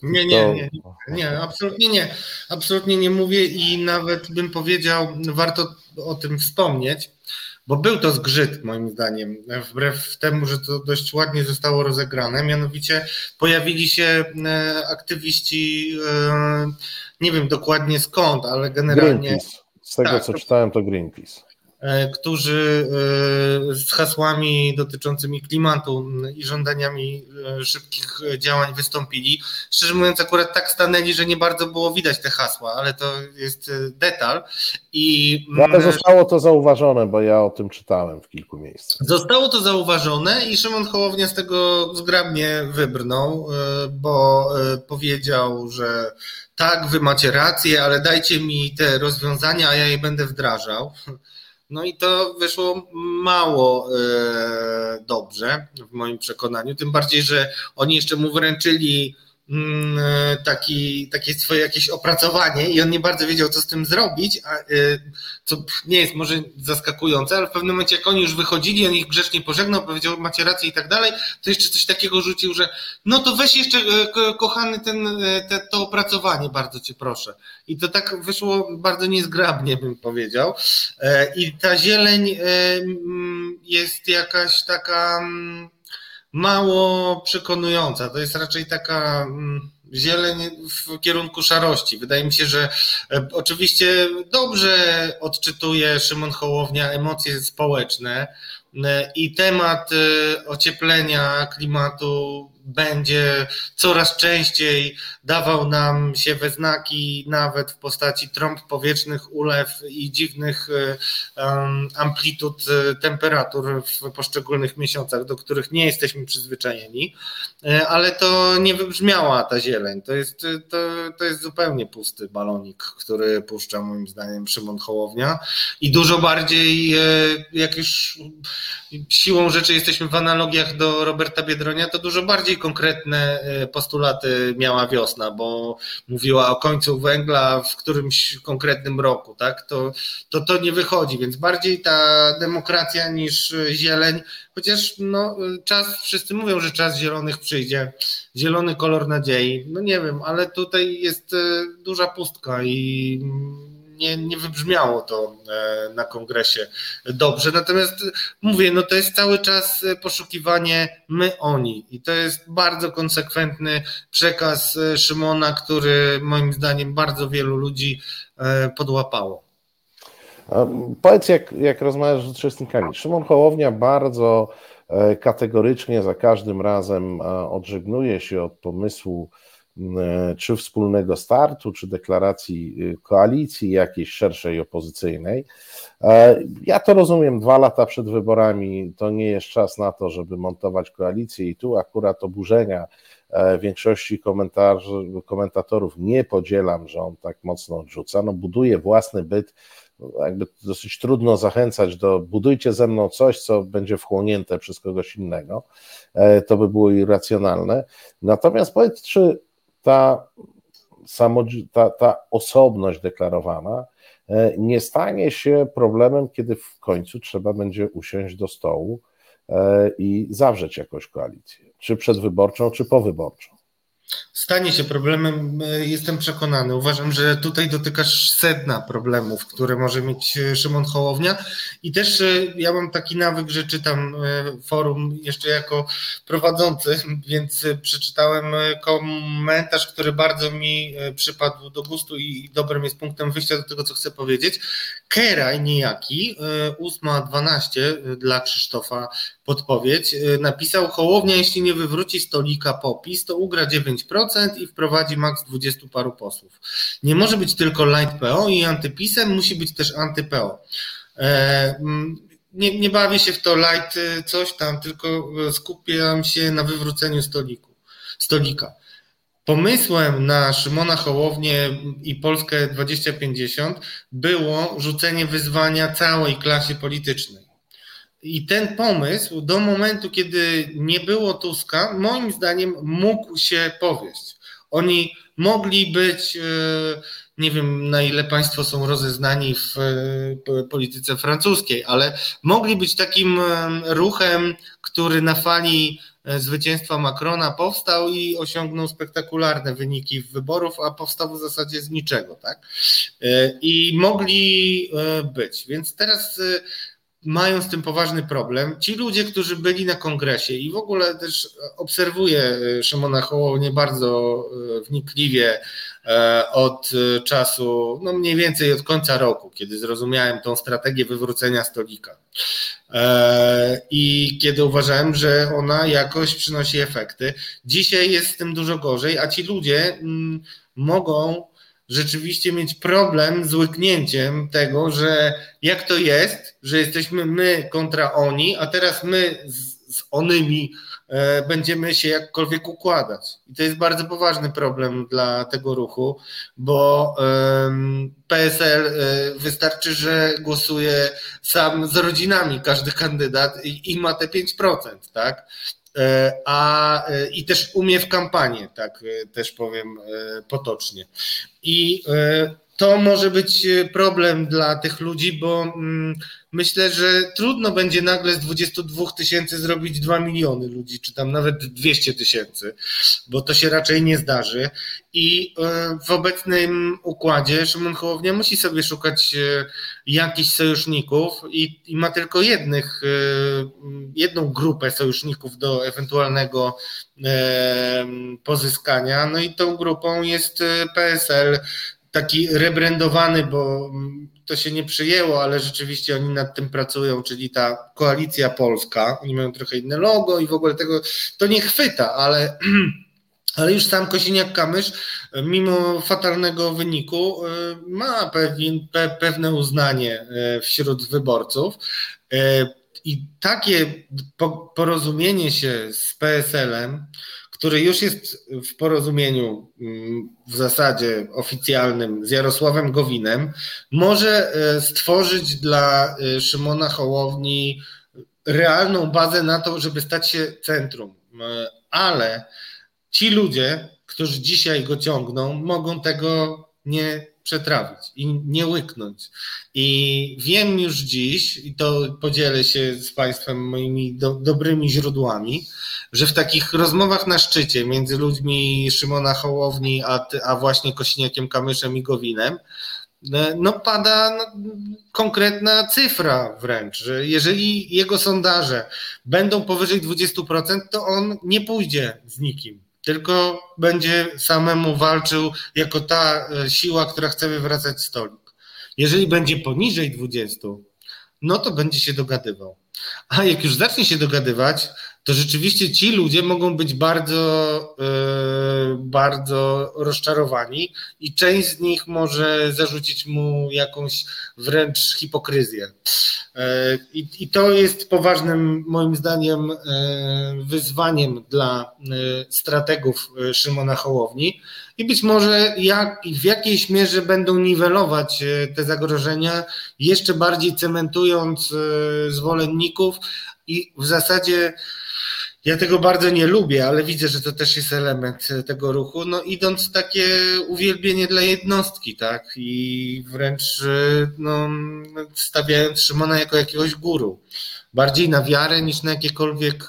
Nie, absolutnie nie. Absolutnie nie mówię i nawet bym powiedział, warto o tym wspomnieć, bo był to zgrzyt moim zdaniem, wbrew temu, że to dość ładnie zostało rozegrane, mianowicie pojawili się aktywiści, nie wiem dokładnie skąd, ale generalnie... Greenpeace. Z tego, co czytałem, to Greenpeace. Którzy z hasłami dotyczącymi klimatu i żądaniami szybkich działań wystąpili. Szczerze mówiąc, akurat tak stanęli, że nie bardzo było widać te hasła, ale to jest detal. Ale zostało to zauważone, bo ja o tym czytałem w kilku miejscach. Zostało to zauważone i Szymon Hołownia z tego zgrabnie wybrnął, bo powiedział, że tak, wy macie rację, ale dajcie mi te rozwiązania, a ja je będę wdrażał. No i to wyszło mało dobrze w moim przekonaniu, tym bardziej, że oni jeszcze mu wręczyli takie swoje jakieś opracowanie i on nie bardzo wiedział, co z tym zrobić, co nie jest może zaskakujące, ale w pewnym momencie, jak oni już wychodzili, on ich grzecznie pożegnał, powiedział, macie rację i tak dalej, to jeszcze coś takiego rzucił, że no to weź jeszcze, kochany, to opracowanie, bardzo cię proszę. I to tak wyszło bardzo niezgrabnie, bym powiedział. I ta zieleń jest jakaś taka mało przekonująca. To jest raczej taka zieleń w kierunku szarości. Wydaje mi się, że oczywiście dobrze odczytuje Szymon Hołownia emocje społeczne i temat ocieplenia klimatu będzie coraz częściej dawał nam się we znaki, nawet w postaci trąb powietrznych, ulew i dziwnych amplitud temperatur w poszczególnych miesiącach, do których nie jesteśmy przyzwyczajeni, ale to nie wybrzmiała ta zieleń. To jest zupełnie pusty balonik, który puszcza moim zdaniem Szymon Hołownia i dużo bardziej, jak już siłą rzeczy jesteśmy w analogiach do Roberta Biedronia, to dużo bardziej konkretne postulaty miała Wiosna, bo mówiła o końcu węgla w którymś konkretnym roku, tak? To nie wychodzi, więc bardziej ta demokracja niż zieleń, chociaż no, wszyscy mówią, że czas zielonych przyjdzie, zielony kolor nadziei, no nie wiem, ale tutaj jest duża pustka i nie wybrzmiało to na kongresie dobrze. Natomiast mówię, no to jest cały czas poszukiwanie my, oni i to jest bardzo konsekwentny przekaz Szymona, który moim zdaniem bardzo wielu ludzi podłapało. Powiedz, jak rozmawiasz z uczestnikami. Szymon Hołownia bardzo kategorycznie za każdym razem odżegnuje się od pomysłu czy wspólnego startu, czy deklaracji koalicji jakiejś szerszej opozycyjnej. Ja to rozumiem, 2 lata przed wyborami to nie jest czas na to, żeby montować koalicję i tu akurat oburzenia większości komentatorów nie podzielam, że on tak mocno odrzuca. No, buduje własny byt, jakby dosyć trudno zachęcać budujcie ze mną coś, co będzie wchłonięte przez kogoś innego. To by było irracjonalne. Natomiast powiedz, czy ta osobność deklarowana nie stanie się problemem, kiedy w końcu trzeba będzie usiąść do stołu i zawrzeć jakąś koalicję, czy przedwyborczą, czy powyborczą. Stanie się problemem, jestem przekonany. Uważam, że tutaj dotykasz sedna problemów, które może mieć Szymon Hołownia i też ja mam taki nawyk, że czytam forum jeszcze jako prowadzący, więc przeczytałem komentarz, który bardzo mi przypadł do gustu i dobrym jest punktem wyjścia do tego, co chcę powiedzieć. Keraj niejaki, 8:12 dla Krzysztofa podpowiedź, napisał: Hołownia, jeśli nie wywróci stolika PO-PiS, to ugra 9% i wprowadzi maks 20 paru posłów. Nie może być tylko light PO i antypisem, musi być też anty-PO. Nie bawię się w to light coś tam, tylko skupiam się na wywróceniu stolika. Pomysłem na Szymona Hołownię i Polskę 2050 było rzucenie wyzwania całej klasie politycznej. I ten pomysł do momentu, kiedy nie było Tuska, moim zdaniem mógł się powieść. Oni mogli być, nie wiem na ile Państwo są rozeznani w polityce francuskiej, ale mogli być takim ruchem, który na fali zwycięstwa Macrona powstał i osiągnął spektakularne wyniki wyborów, a powstał w zasadzie z niczego, tak? I mogli być. Więc teraz mają z tym poważny problem. Ci ludzie, którzy byli na kongresie i w ogóle też obserwuję Szymona Hołownię bardzo wnikliwie od czasu, no mniej więcej od końca roku, kiedy zrozumiałem tą strategię wywrócenia stolika. I kiedy uważałem, że ona jakoś przynosi efekty. Dzisiaj jest z tym dużo gorzej, a ci ludzie mogą rzeczywiście mieć problem z łyknięciem tego, że jak to jest, że jesteśmy my kontra oni, a teraz my z onymi będziemy się jakkolwiek układać. I to jest bardzo poważny problem dla tego ruchu, bo PSL wystarczy, że głosuje sam z rodzinami każdy kandydat i ma te 5%, tak? I też umie w kampanię, tak też powiem potocznie. I to może być problem dla tych ludzi, bo myślę, że trudno będzie nagle z 22 000 zrobić 2 miliony ludzi, czy tam nawet 200 000, bo to się raczej nie zdarzy. I w obecnym układzie Szymon Hołownia musi sobie szukać jakichś sojuszników i ma tylko jedną grupę sojuszników do ewentualnego pozyskania. No i tą grupą jest PSL, taki rebrandowany, bo to się nie przyjęło, ale rzeczywiście oni nad tym pracują, czyli ta Koalicja Polska. Oni mają trochę inne logo i w ogóle tego to nie chwyta, ale już sam Kosiniak-Kamysz, mimo fatalnego wyniku, ma pewne uznanie wśród wyborców. I takie porozumienie się z PSL-em, który już jest w porozumieniu w zasadzie oficjalnym z Jarosławem Gowinem, może stworzyć dla Szymona Hołowni realną bazę na to, żeby stać się centrum. Ale ci ludzie, którzy dzisiaj go ciągną, mogą tego nie przetrawić i nie łyknąć. I wiem już dziś, i to podzielę się z Państwem moimi dobrymi źródłami, że w takich rozmowach na szczycie między ludźmi Szymona Hołowni, a właśnie Kosiniakiem-Kamyszem i Gowinem, no pada konkretna cyfra wręcz, że jeżeli jego sondaże będą powyżej 20%, to on nie pójdzie z nikim, tylko będzie samemu walczył jako ta siła, która chce wywracać stolik. Jeżeli będzie poniżej 20, no to będzie się dogadywał. A jak już zacznie się dogadywać, to rzeczywiście ci ludzie mogą być bardzo, bardzo rozczarowani i część z nich może zarzucić mu jakąś wręcz hipokryzję. I to jest poważnym, moim zdaniem, wyzwaniem dla strategów Szymona Hołowni i być może w jakiejś mierze będą niwelować te zagrożenia, jeszcze bardziej cementując zwolenników i w zasadzie ja tego bardzo nie lubię, ale widzę, że to też jest element tego ruchu, no idąc takie uwielbienie dla jednostki, tak, i wręcz stawiając Szymona jako jakiegoś guru, bardziej na wiarę niż na jakiekolwiek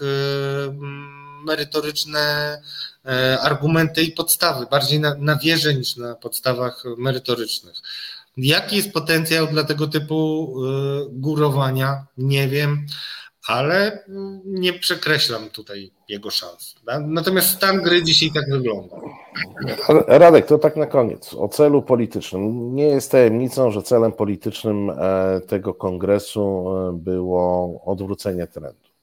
merytoryczne argumenty i podstawy, bardziej na wierze niż na podstawach merytorycznych. Jaki jest potencjał dla tego typu górowania? Nie wiem, ale nie przekreślam tutaj jego szans. Natomiast stan gry dzisiaj tak wygląda. Radek, to tak na koniec. O celu politycznym. Nie jest tajemnicą, że celem politycznym tego kongresu było odwrócenie trendu.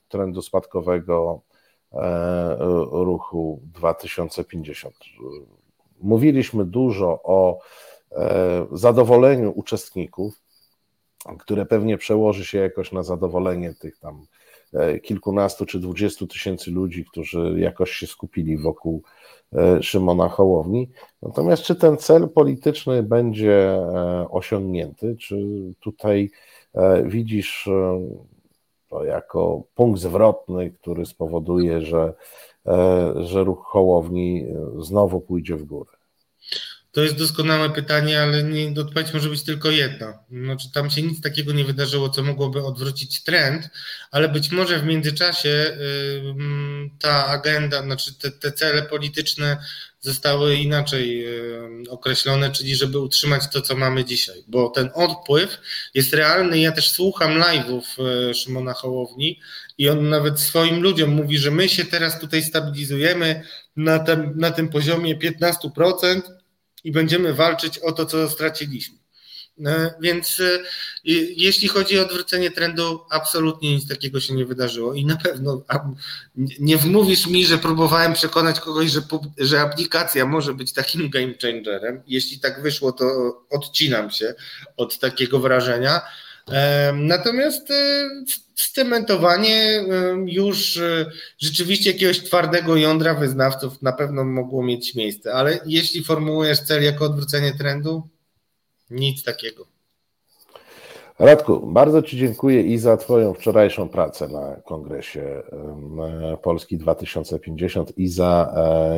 trendu spadkowego ruchu 2050. Mówiliśmy dużo o zadowoleniu uczestników, które pewnie przełoży się jakoś na zadowolenie tych tam kilkunastu czy 20 tysięcy ludzi, którzy jakoś się skupili wokół Szymona Hołowni. Natomiast czy ten cel polityczny będzie osiągnięty? Czy tutaj widzisz to jako punkt zwrotny, który spowoduje, że ruch Hołowni znowu pójdzie w górę? To jest doskonałe pytanie, ale odpowiedź może być tylko jedna. Znaczy, tam się nic takiego nie wydarzyło, co mogłoby odwrócić trend, ale być może w międzyczasie ta agenda, znaczy te cele polityczne zostały inaczej określone, czyli żeby utrzymać to, co mamy dzisiaj, bo ten odpływ jest realny. Ja też słucham live'ów Szymona Hołowni i on nawet swoim ludziom mówi, że my się teraz tutaj stabilizujemy na tym poziomie 15%, i będziemy walczyć o to, co straciliśmy. Więc jeśli chodzi o odwrócenie trendu, absolutnie nic takiego się nie wydarzyło i na pewno nie wmówisz mi, że próbowałem przekonać kogoś, że aplikacja może być takim game changerem. Jeśli tak wyszło, to odcinam się od takiego wrażenia. Natomiast scementowanie już rzeczywiście jakiegoś twardego jądra wyznawców na pewno mogło mieć miejsce, ale jeśli formułujesz cel jako odwrócenie trendu, nic takiego. Radku, bardzo Ci dziękuję i za Twoją wczorajszą pracę na Kongresie Polski 2050 i za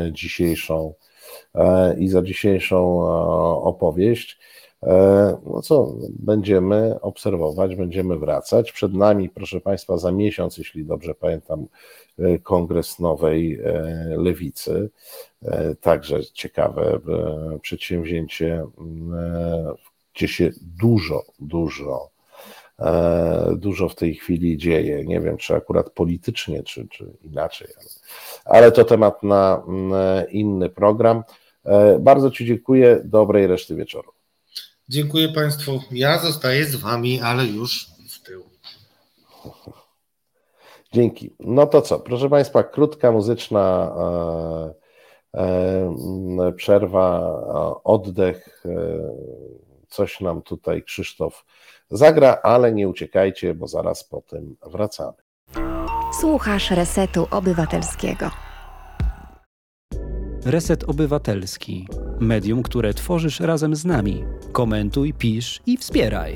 dzisiejszą opowieść. No co, będziemy obserwować, będziemy wracać. Przed nami, proszę Państwa, za miesiąc, jeśli dobrze pamiętam, Kongres Nowej Lewicy. Także ciekawe przedsięwzięcie, gdzie się dużo w tej chwili dzieje. Nie wiem, czy akurat politycznie, czy inaczej, ale to temat na inny program. Bardzo Ci dziękuję. Dobrej reszty wieczoru. Dziękuję Państwu. Ja zostaję z Wami, ale już z tyłu. Dzięki. No to co, proszę Państwa, krótka muzyczna przerwa, oddech. Coś nam tutaj Krzysztof zagra, ale nie uciekajcie, bo zaraz po tym wracamy. Słuchasz Resetu Obywatelskiego. Reset Obywatelski. Medium, które tworzysz razem z nami. Komentuj, pisz i wspieraj.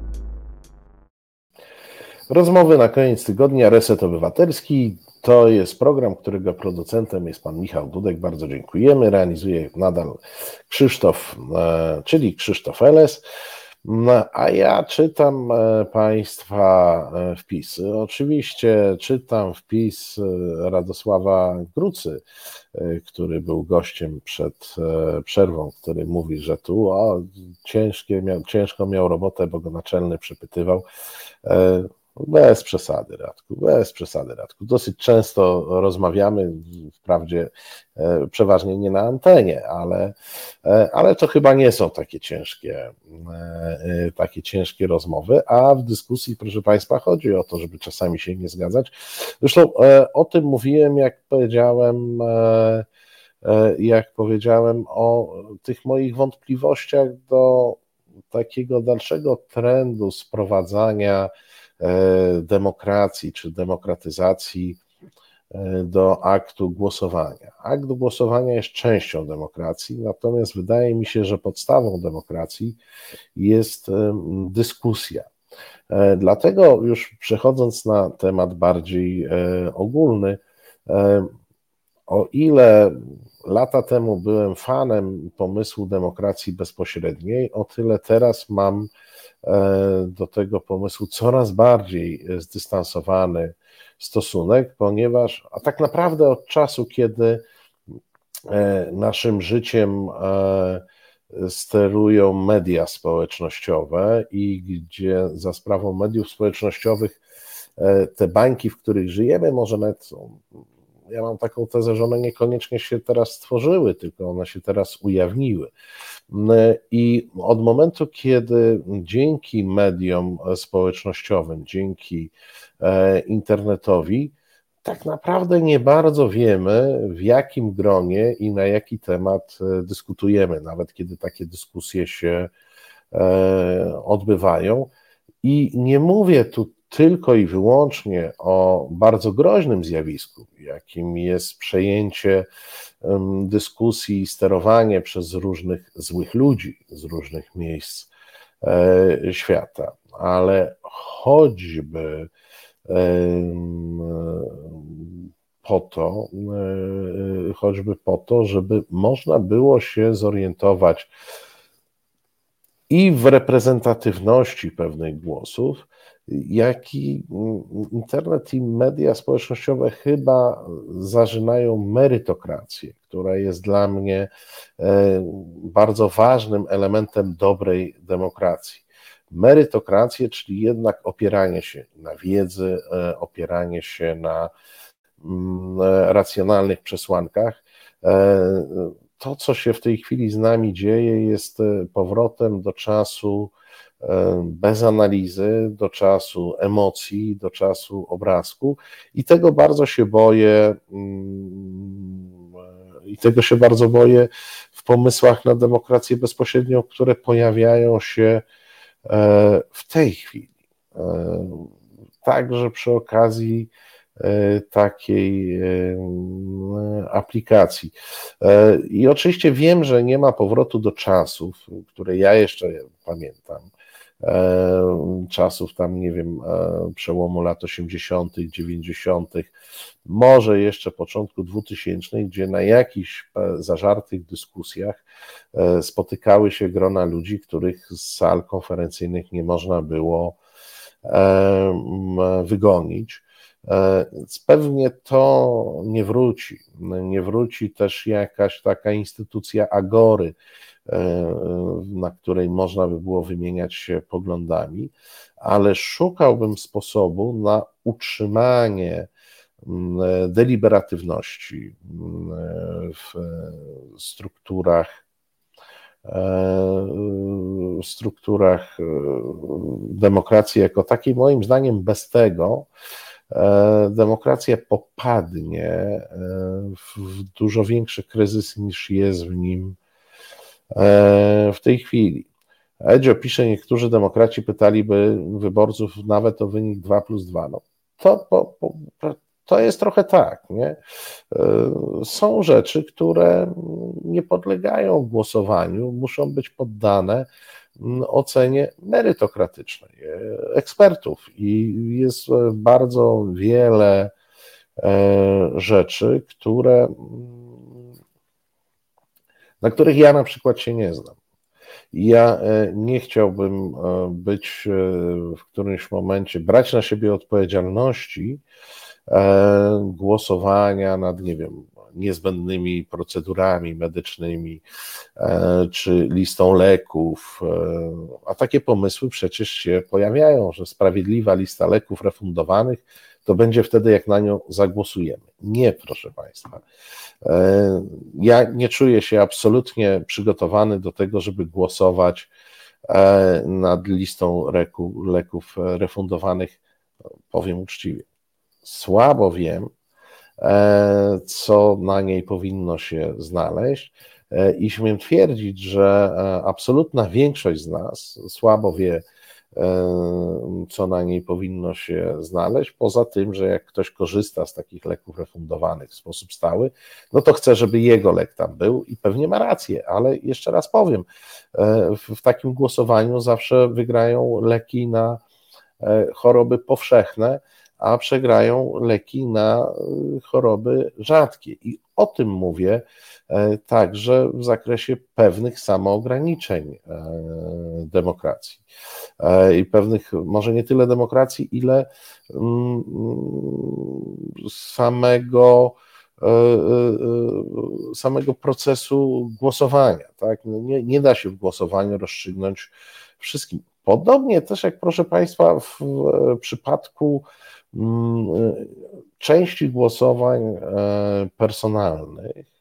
Rozmowy na koniec tygodnia. Reset Obywatelski to jest program, którego producentem jest pan Michał Dudek. Bardzo dziękujemy. Realizuje nadal Krzysztof, czyli Krzysztof Eles. A ja czytam Państwa wpisy. Oczywiście czytam wpis Radosława Grucy, który był gościem przed przerwą, który mówi, że tu ciężko miał robotę, bo go naczelny przepytywał. Bez przesady, Radku. Dosyć często rozmawiamy, wprawdzie przeważnie nie na antenie, ale to chyba nie są takie ciężkie rozmowy, a w dyskusji, proszę Państwa, chodzi o to, żeby czasami się nie zgadzać. Zresztą o tym mówiłem, jak powiedziałem o tych moich wątpliwościach do takiego dalszego trendu sprowadzania demokracji czy demokratyzacji do aktu głosowania. Akt głosowania jest częścią demokracji, natomiast wydaje mi się, że podstawą demokracji jest dyskusja. Dlatego już przechodząc na temat bardziej ogólny, o ile lata temu byłem fanem pomysłu demokracji bezpośredniej, o tyle teraz mam do tego pomysłu coraz bardziej zdystansowany stosunek, ponieważ, a tak naprawdę od czasu, kiedy naszym życiem sterują media społecznościowe i gdzie za sprawą mediów społecznościowych te bańki, w których żyjemy, może nawet są ja mam taką tezę, że one niekoniecznie się teraz stworzyły, tylko one się teraz ujawniły. I od momentu, kiedy dzięki mediom społecznościowym, dzięki internetowi, tak naprawdę nie bardzo wiemy, w jakim gronie i na jaki temat dyskutujemy, nawet kiedy takie dyskusje się odbywają. I nie mówię tu tylko i wyłącznie o bardzo groźnym zjawisku, jakim jest przejęcie dyskusji i sterowanie przez różnych złych ludzi z różnych miejsc świata, ale choćby po to, żeby można było się zorientować i w reprezentatywności pewnych głosów, jak i internet i media społecznościowe chyba zażynają merytokrację, która jest dla mnie bardzo ważnym elementem dobrej demokracji. Merytokrację, czyli jednak opieranie się na wiedzy, opieranie się na racjonalnych przesłankach. To, co się w tej chwili z nami dzieje, jest powrotem do czasu bez analizy, do czasu emocji, do czasu obrazku i tego bardzo się boję w pomysłach na demokrację bezpośrednią, które pojawiają się w tej chwili. Także przy okazji takiej aplikacji. I oczywiście wiem, że nie ma powrotu do czasów, które ja jeszcze pamiętam, czasów tam, nie wiem, przełomu lat 80., 90., może jeszcze początku 2000, gdzie na jakichś zażartych dyskusjach spotykały się grona ludzi, których z sal konferencyjnych nie można było wygonić. Więc pewnie to nie wróci. Nie wróci też jakaś taka instytucja agory, na której można by było wymieniać się poglądami, ale szukałbym sposobu na utrzymanie deliberatywności w strukturach demokracji jako takiej. Moim zdaniem bez tego demokracja popadnie w dużo większy kryzys niż jest w nim w tej chwili. Edzio pisze, niektórzy demokraci pytaliby wyborców nawet o wynik 2+2. No, to jest trochę tak, nie? Są rzeczy, które nie podlegają głosowaniu, muszą być poddane ocenie merytokratycznej ekspertów i jest bardzo wiele rzeczy, na których ja na przykład się nie znam. Ja nie chciałbym być w którymś momencie, brać na siebie odpowiedzialności głosowania nad, nie wiem, niezbędnymi procedurami medycznymi czy listą leków, a takie pomysły przecież się pojawiają, że sprawiedliwa lista leków refundowanych to będzie wtedy, jak na nią zagłosujemy. Nie, proszę Państwa. Ja nie czuję się absolutnie przygotowany do tego, żeby głosować nad listą leków refundowanych, powiem uczciwie. Słabo wiem, co na niej powinno się znaleźć i śmiem twierdzić, że absolutna większość z nas słabo wie, co na niej powinno się znaleźć, poza tym, że jak ktoś korzysta z takich leków refundowanych w sposób stały, no to chce, żeby jego lek tam był i pewnie ma rację, ale jeszcze raz powiem, w takim głosowaniu zawsze wygrają leki na choroby powszechne, a przegrają leki na choroby rzadkie. I o tym mówię także w zakresie pewnych samoograniczeń demokracji. I pewnych, może nie tyle demokracji, ile samego procesu głosowania. Tak? Nie da się w głosowaniu rozstrzygnąć wszystkim. Podobnie też jak, proszę Państwa, w przypadku części głosowań personalnych,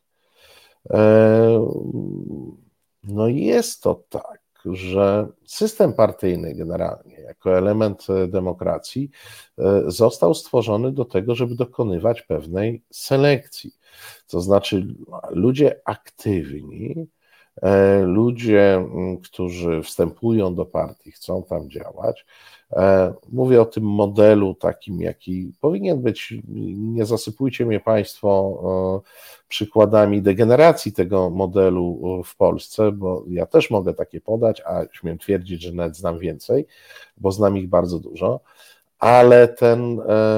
no jest to tak, że system partyjny generalnie, jako element demokracji, został stworzony do tego, żeby dokonywać pewnej selekcji. To znaczy ludzie aktywni, ludzie, którzy wstępują do partii, chcą tam działać. Mówię o tym modelu takim, jaki powinien być. Nie zasypujcie mnie Państwo przykładami degeneracji tego modelu w Polsce, bo ja też mogę takie podać, a śmiem twierdzić, że nawet znam więcej, bo znam ich bardzo dużo, ale ten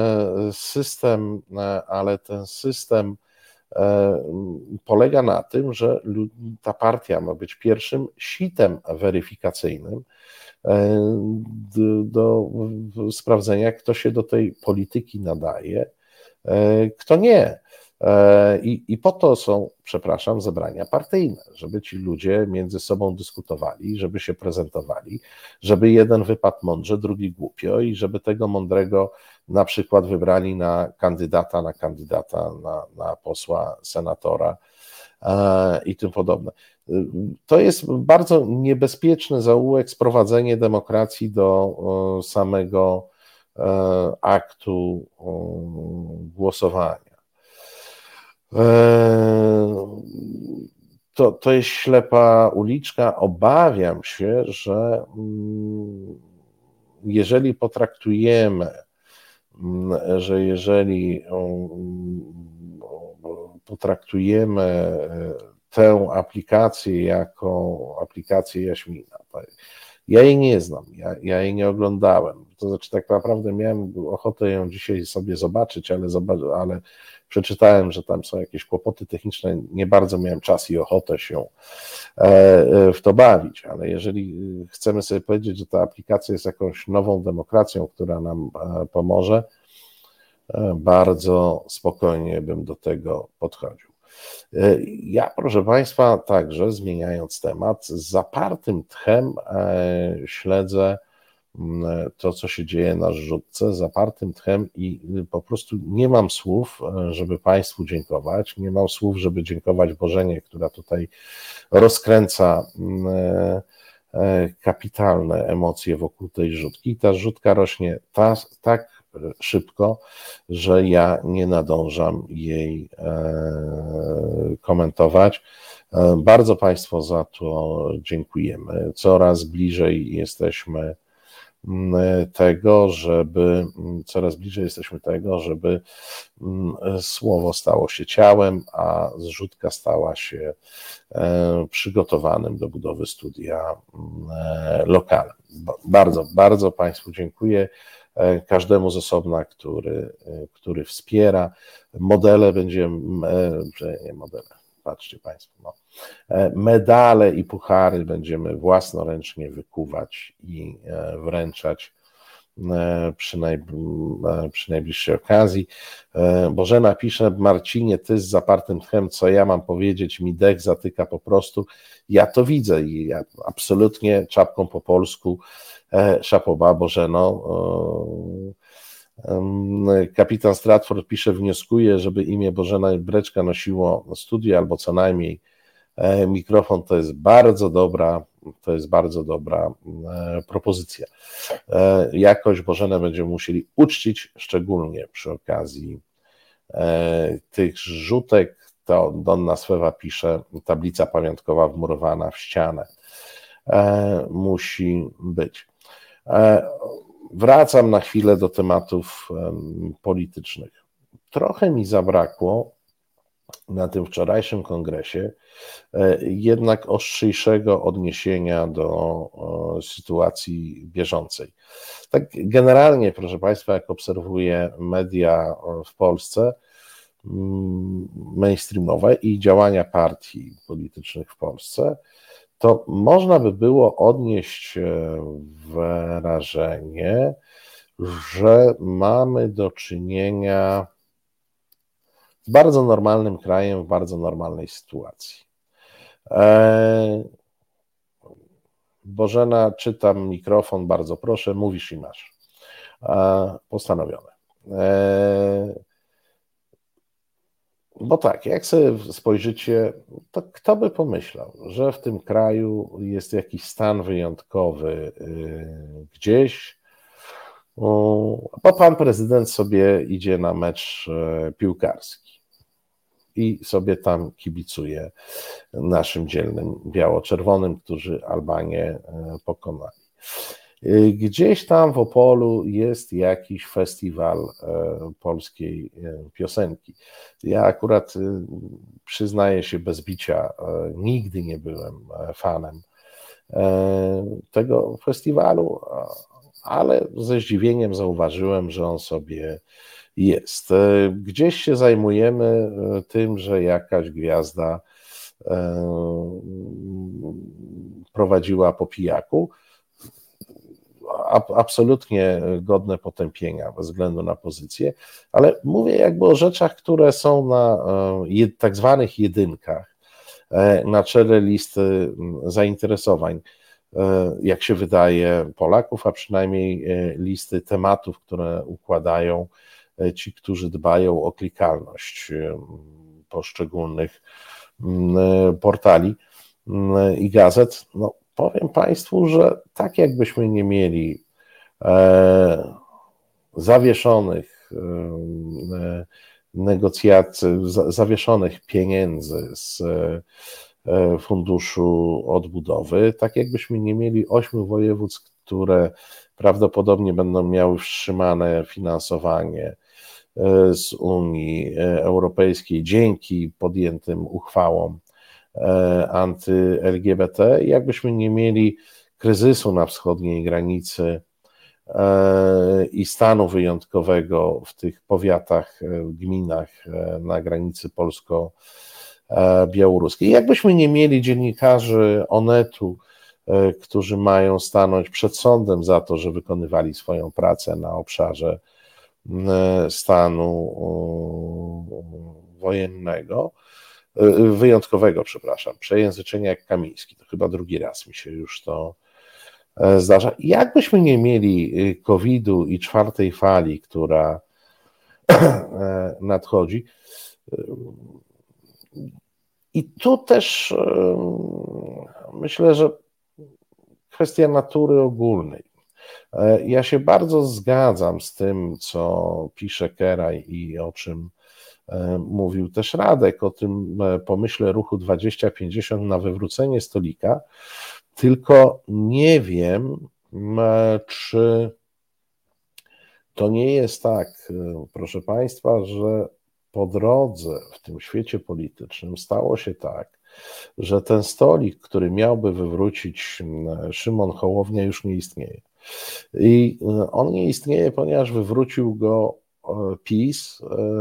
system polega na tym, że ta partia ma być pierwszym sitem weryfikacyjnym do sprawdzenia, kto się do tej polityki nadaje, kto nie. I po to są, przepraszam, zebrania partyjne, żeby ci ludzie między sobą dyskutowali, żeby się prezentowali, żeby jeden wypadł mądrze, drugi głupio i żeby tego mądrego na przykład wybrali na kandydata, na posła, senatora i tym podobne. To jest bardzo niebezpieczny zaułek, sprowadzenie demokracji do samego aktu głosowania. To jest ślepa uliczka. Obawiam się, że jeżeli potraktujemy tę aplikację jako aplikację Jaśmina, ja jej nie znam, ja jej nie oglądałem. To znaczy tak naprawdę miałem ochotę ją dzisiaj sobie zobaczyć, ale przeczytałem, że tam są jakieś kłopoty techniczne, nie bardzo miałem czas i ochotę się w to bawić, ale jeżeli chcemy sobie powiedzieć, że ta aplikacja jest jakąś nową demokracją, która nam pomoże, bardzo spokojnie bym do tego podchodził. Ja, proszę Państwa, także zmieniając temat, z zapartym tchem śledzę to, co się dzieje na zrzutce, zapartym tchem i po prostu nie mam słów, żeby Państwu dziękować, nie mam słów, żeby dziękować Bożenie, która tutaj rozkręca kapitalne emocje wokół tej zrzutki. Ta zrzutka rośnie tak szybko, że ja nie nadążam jej komentować. Bardzo Państwu za to dziękujemy. Coraz bliżej jesteśmy tego, żeby słowo stało się ciałem, a zrzutka stała się przygotowanym do budowy studia lokalem. Bardzo, bardzo Państwu dziękuję. Każdemu z osobna, który wspiera. Patrzcie Państwo, medale i puchary będziemy własnoręcznie wykuwać i wręczać przy najbliższej okazji. Bożena pisze: Marcinie, ty z zapartym tchem, co ja mam powiedzieć, mi dech zatyka po prostu. Ja to widzę i ja absolutnie czapką po polsku szapoba, Bożeno. Kapitan Stratford pisze: wnioskuje, żeby imię Bożena Breczka nosiło studio albo co najmniej mikrofon. To jest bardzo dobra propozycja. Jakoś Bożenę będziemy musieli uczcić, szczególnie przy okazji tych rzutek. To Donna Swewa pisze: tablica pamiątkowa wmurowana w ścianę musi być. Wracam na chwilę do tematów politycznych. Trochę mi zabrakło na tym wczorajszym kongresie jednak ostrzejszego odniesienia do sytuacji bieżącej. Tak generalnie, proszę Państwa, jak obserwuję media w Polsce mainstreamowe i działania partii politycznych w Polsce, to można by było odnieść wrażenie, że mamy do czynienia z bardzo normalnym krajem w bardzo normalnej sytuacji. Bożena, czytam mikrofon, bardzo proszę, mówisz i masz. Postanowione. Bo tak, jak sobie spojrzycie, to kto by pomyślał, że w tym kraju jest jakiś stan wyjątkowy gdzieś, bo pan prezydent sobie idzie na mecz piłkarski i sobie tam kibicuje naszym dzielnym biało-czerwonym, którzy Albanię pokonali. Gdzieś tam w Opolu jest jakiś festiwal polskiej piosenki. Ja akurat przyznaję się bez bicia, nigdy nie byłem fanem tego festiwalu, ale ze zdziwieniem zauważyłem, że on sobie jest. Gdzieś się zajmujemy tym, że jakaś gwiazda prowadziła po pijaku. Absolutnie godne potępienia bez względu na pozycję, ale mówię jakby o rzeczach, które są na tak zwanych jedynkach, na czele listy zainteresowań, jak się wydaje, Polaków, a przynajmniej listy tematów, które układają ci, którzy dbają o klikalność poszczególnych portali i gazet. No, powiem Państwu, że tak jakbyśmy nie mieli zawieszonych negocjacji, zawieszonych pieniędzy z Funduszu Odbudowy, tak jakbyśmy nie mieli 8 województw, które prawdopodobnie będą miały wstrzymane finansowanie z Unii Europejskiej dzięki podjętym uchwałom anty-LGBT, jakbyśmy nie mieli kryzysu na wschodniej granicy i stanu wyjątkowego w tych powiatach, gminach na granicy polsko-białoruskiej. Jakbyśmy nie mieli dziennikarzy Onetu, którzy mają stanąć przed sądem za to, że wykonywali swoją pracę na obszarze stanu wojennego, wyjątkowego, przepraszam, przejęzyczenia jak Kamiński, to chyba drugi raz mi się już to zdarza. Jakbyśmy nie mieli COVID-u i 4. fali, która nadchodzi, i tu też myślę, że kwestia natury ogólnej. Ja się bardzo zgadzam z tym, co pisze Keraj i o czym mówił też Radek, o tym pomyśle ruchu 2050 na wywrócenie stolika, tylko nie wiem, czy to nie jest tak, proszę Państwa, że po drodze w tym świecie politycznym stało się tak, że ten stolik, który miałby wywrócić Szymon Hołownia, już nie istnieje. I on nie istnieje, ponieważ wywrócił go PiS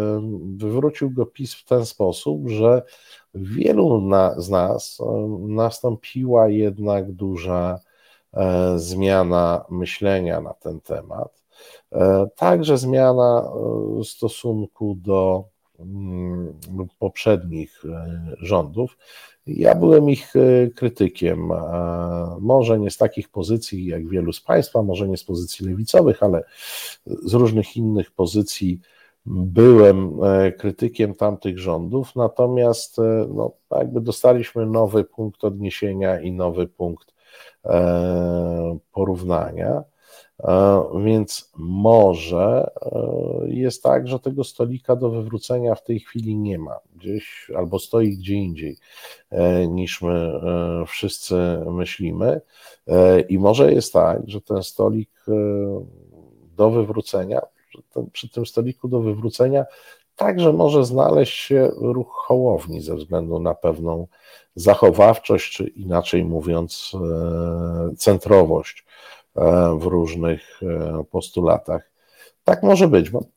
w ten sposób, że wielu z nas nastąpiła jednak duża zmiana myślenia na ten temat, także zmiana stosunku do poprzednich rządów. Ja byłem ich krytykiem, może nie z takich pozycji jak wielu z Państwa, może nie z pozycji lewicowych, ale z różnych innych pozycji byłem krytykiem tamtych rządów, natomiast no, jakby dostaliśmy nowy punkt odniesienia i nowy punkt porównania, więc może jest tak, że tego stolika do wywrócenia w tej chwili nie ma, gdzieś albo stoi gdzie indziej niż my wszyscy myślimy i może jest tak, że ten stolik do wywrócenia, przy tym stoliku do wywrócenia także może znaleźć się ruch Hołowni ze względu na pewną zachowawczość, czy inaczej mówiąc centrowość w różnych postulatach. Tak może być, bo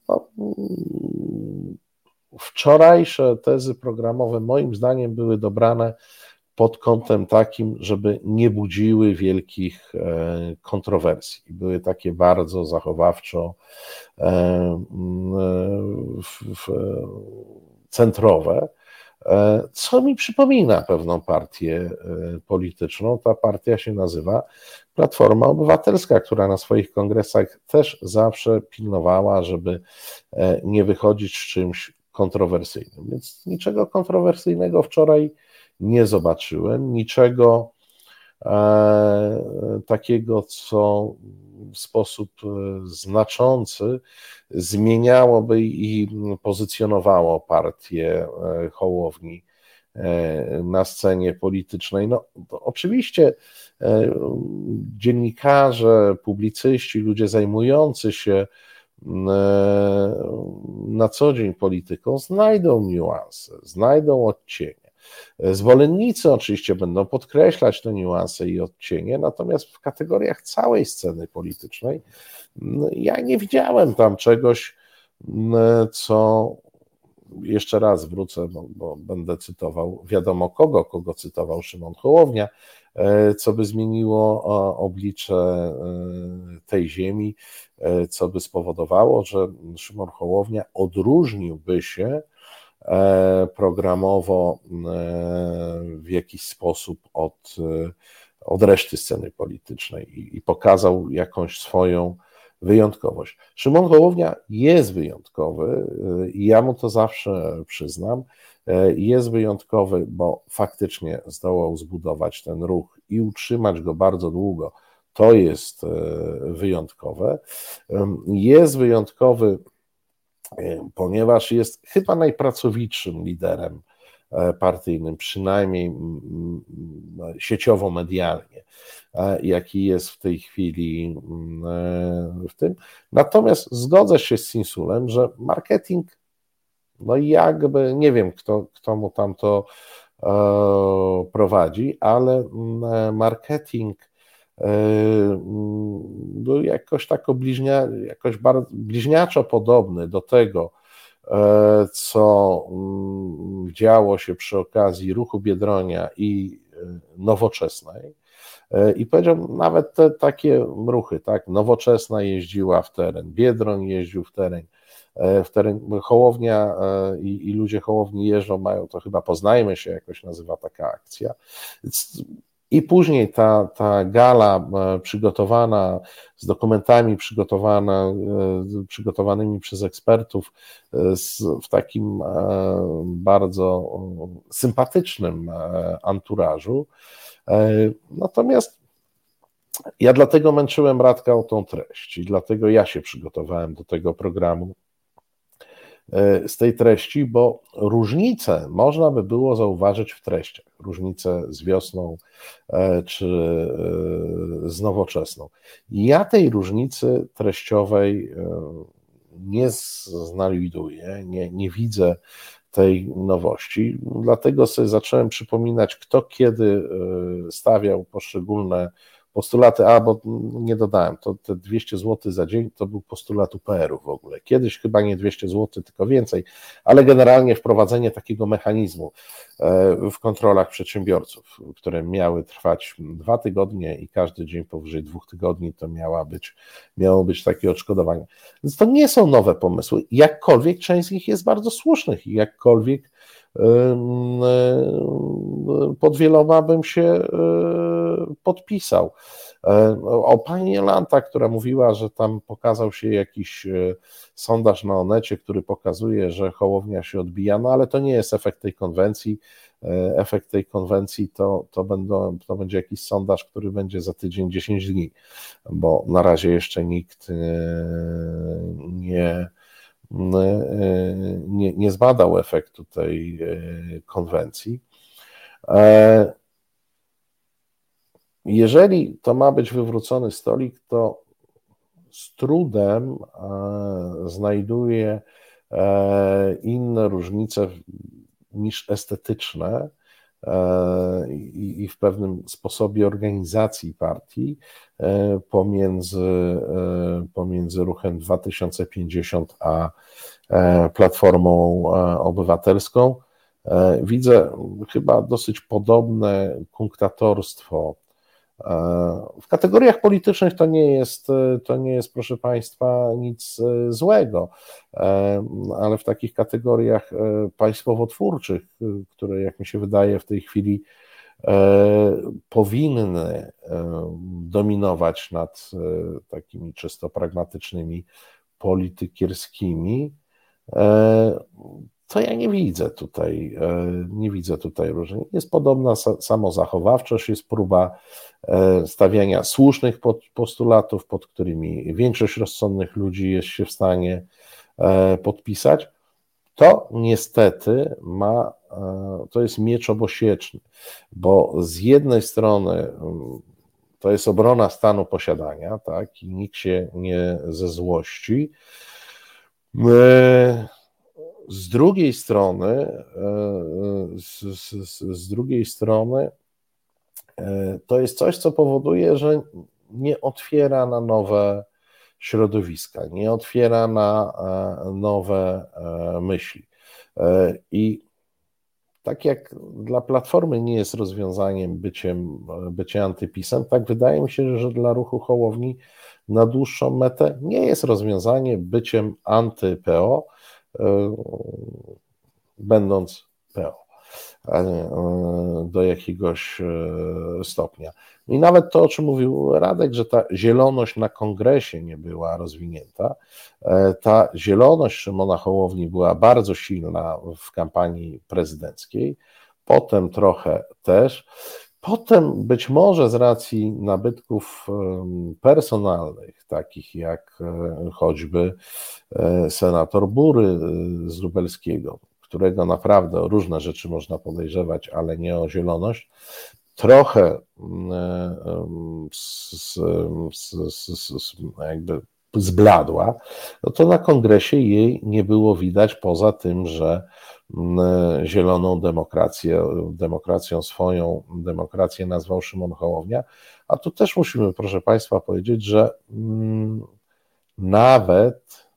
wczorajsze tezy programowe moim zdaniem były dobrane pod kątem takim, żeby nie budziły wielkich kontrowersji. Były takie bardzo zachowawczo centrowe, co mi przypomina pewną partię polityczną. Ta partia się nazywa Platforma Obywatelska, która na swoich kongresach też zawsze pilnowała, żeby nie wychodzić z czymś kontrowersyjnym. Więc niczego kontrowersyjnego wczoraj nie zobaczyłem, niczego takiego, co w sposób znaczący zmieniałoby i pozycjonowało partię Hołowni na scenie politycznej. No, oczywiście dziennikarze, publicyści, ludzie zajmujący się na co dzień polityką znajdą niuanse, znajdą odcienie. Zwolennicy oczywiście będą podkreślać te niuanse i odcienie, natomiast w kategoriach całej sceny politycznej ja nie widziałem tam czegoś, co, jeszcze raz wrócę, bo będę cytował wiadomo kogo cytował Szymon Hołownia, co by zmieniło oblicze tej ziemi, co by spowodowało, że Szymon Hołownia odróżniłby się programowo w jakiś sposób od reszty sceny politycznej i pokazał jakąś swoją wyjątkowość. Szymon Hołownia jest wyjątkowy i ja mu to zawsze przyznam. Jest wyjątkowy, bo faktycznie zdołał zbudować ten ruch i utrzymać go bardzo długo. To jest wyjątkowe. Jest wyjątkowy, ponieważ jest chyba najpracowitszym liderem partyjnym, przynajmniej sieciowo-medialnie, jaki jest w tej chwili w tym. Natomiast zgodzę się z Sinsulem, że marketing, no jakby, nie wiem kto mu tam to prowadzi, ale marketing był jakoś tak jakoś bardzo bliźniaczo podobny do tego, co działo się przy okazji ruchu Biedronia i Nowoczesnej. I powiedział, nawet te takie ruchy, tak, Nowoczesna jeździła w teren, Biedroń jeździł w teren, Hołownia i ludzie Hołowni jeżdżą, mają to chyba Poznajmy się, jakoś nazywa taka akcja. I później ta gala przygotowana z dokumentami, przygotowanymi przez ekspertów w takim bardzo sympatycznym anturażu. Natomiast ja dlatego męczyłem Radka o tą treść i dlatego ja się przygotowałem do tego programu z tej treści, bo różnice można by było zauważyć w treściach. Różnice z Wiosną czy z Nowoczesną. Ja tej różnicy treściowej nie znajduję, nie widzę tej nowości. Dlatego sobie zacząłem przypominać, kto kiedy stawiał poszczególne postulaty, bo nie dodałem, to te 200 zł za dzień to był postulat UPR-u w ogóle. Kiedyś chyba nie 200 zł, tylko więcej, ale generalnie wprowadzenie takiego mechanizmu w kontrolach przedsiębiorców, które miały trwać 2 tygodnie i każdy dzień powyżej 2 tygodni to miało być takie odszkodowanie. Więc to nie są nowe pomysły, jakkolwiek część z nich jest bardzo słusznych i jakkolwiek pod wieloma bym się podpisał. O pani Jolanta, która mówiła, że tam pokazał się jakiś sondaż na Onecie, który pokazuje, że Hołownia się odbija, no ale to nie jest efekt tej konwencji. Efekt tej konwencji to będzie jakiś sondaż, który będzie za tydzień, 10 dni, bo na razie jeszcze nikt nie zbadał efektu tej konwencji. Jeżeli to ma być wywrócony stolik, to z trudem znajduję inne różnice niż estetyczne i w pewnym sposobie organizacji partii pomiędzy Ruchem 2050 a Platformą Obywatelską. Widzę chyba dosyć podobne kunktatorstwo W kategoriach politycznych to nie jest, proszę Państwa, nic złego, ale w takich kategoriach państwowo-twórczych, które, jak mi się wydaje, w tej chwili powinny dominować nad takimi czysto pragmatycznymi, politykierskimi, to ja nie widzę tutaj różnic. Jest podobna samozachowawczość, jest próba stawiania słusznych postulatów, pod którymi większość rozsądnych ludzi jest się w stanie podpisać. To niestety to jest miecz obosieczny, bo z jednej strony to jest obrona stanu posiadania, tak, i nikt się nie ze złości. Z drugiej strony to jest coś, co powoduje, że nie otwiera na nowe środowiska, nie otwiera na nowe myśli. I tak jak dla Platformy nie jest rozwiązaniem bycie antypisem, tak wydaje mi się, że dla ruchu Hołowni na dłuższą metę nie jest rozwiązanie byciem anty-PO, będąc PO do jakiegoś stopnia. I nawet to, o czym mówił Radek, że ta zieloność na kongresie nie była rozwinięta, ta zieloność Szymona Hołowni była bardzo silna w kampanii prezydenckiej, potem trochę też, potem być może z racji nabytków personalnych, takich jak choćby senator Bury z Lubelskiego, którego naprawdę o różne rzeczy można podejrzewać, ale nie o zieloność, trochę jakby zbladła, no to na kongresie jej nie było widać, poza tym, że zieloną demokracją swoją demokrację nazwał Szymon Hołownia, a tu też musimy, proszę Państwa, powiedzieć, że nawet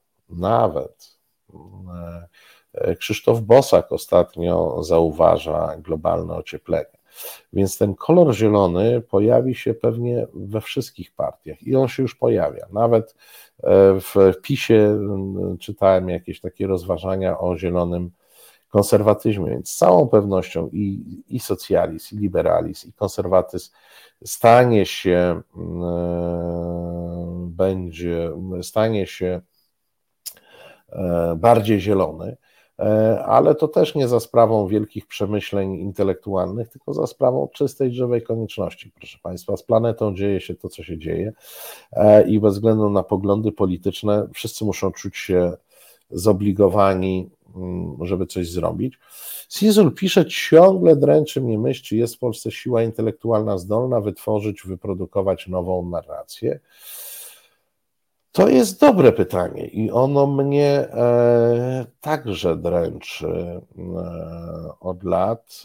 Krzysztof Bosak ostatnio zauważa globalne ocieplenie. Więc ten kolor zielony pojawi się pewnie we wszystkich partiach i on się już pojawia. Nawet w PiS-ie czytałem jakieś takie rozważania o zielonym konserwatyzmie, więc z całą pewnością i socjalizm, i liberalizm, i konserwatyzm stanie się bardziej zielony, ale to też nie za sprawą wielkich przemyśleń intelektualnych, tylko za sprawą czystej, żywej konieczności. Proszę Państwa, z planetą dzieje się to, co się dzieje i bez względu na poglądy polityczne wszyscy muszą czuć się zobligowani, żeby coś zrobić. Sizul pisze, ciągle dręczy mnie myśl, czy jest w Polsce siła intelektualna zdolna wytworzyć, wyprodukować nową narrację. To jest dobre pytanie i ono mnie także dręczy od lat.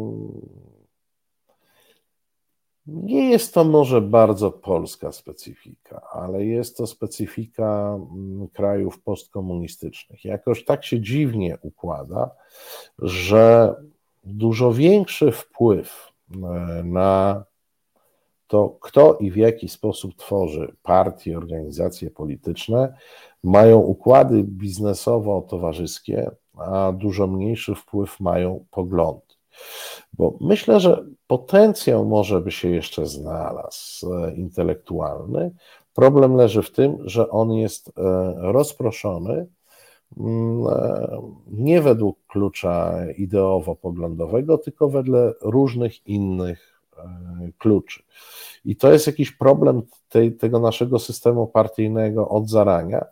Nie jest to może bardzo polska specyfika, ale jest to specyfika krajów postkomunistycznych. Jakoś tak się dziwnie układa, że dużo większy wpływ na to, kto i w jaki sposób tworzy partie, organizacje polityczne, mają układy biznesowo-towarzyskie, a dużo mniejszy wpływ mają poglądy. Bo myślę, że potencjał może by się jeszcze znalazł intelektualny. Problem leży w tym, że on jest rozproszony nie według klucza ideowo-poglądowego, tylko wedle różnych innych kluczy. I to jest jakiś problem tego naszego systemu partyjnego od zarania.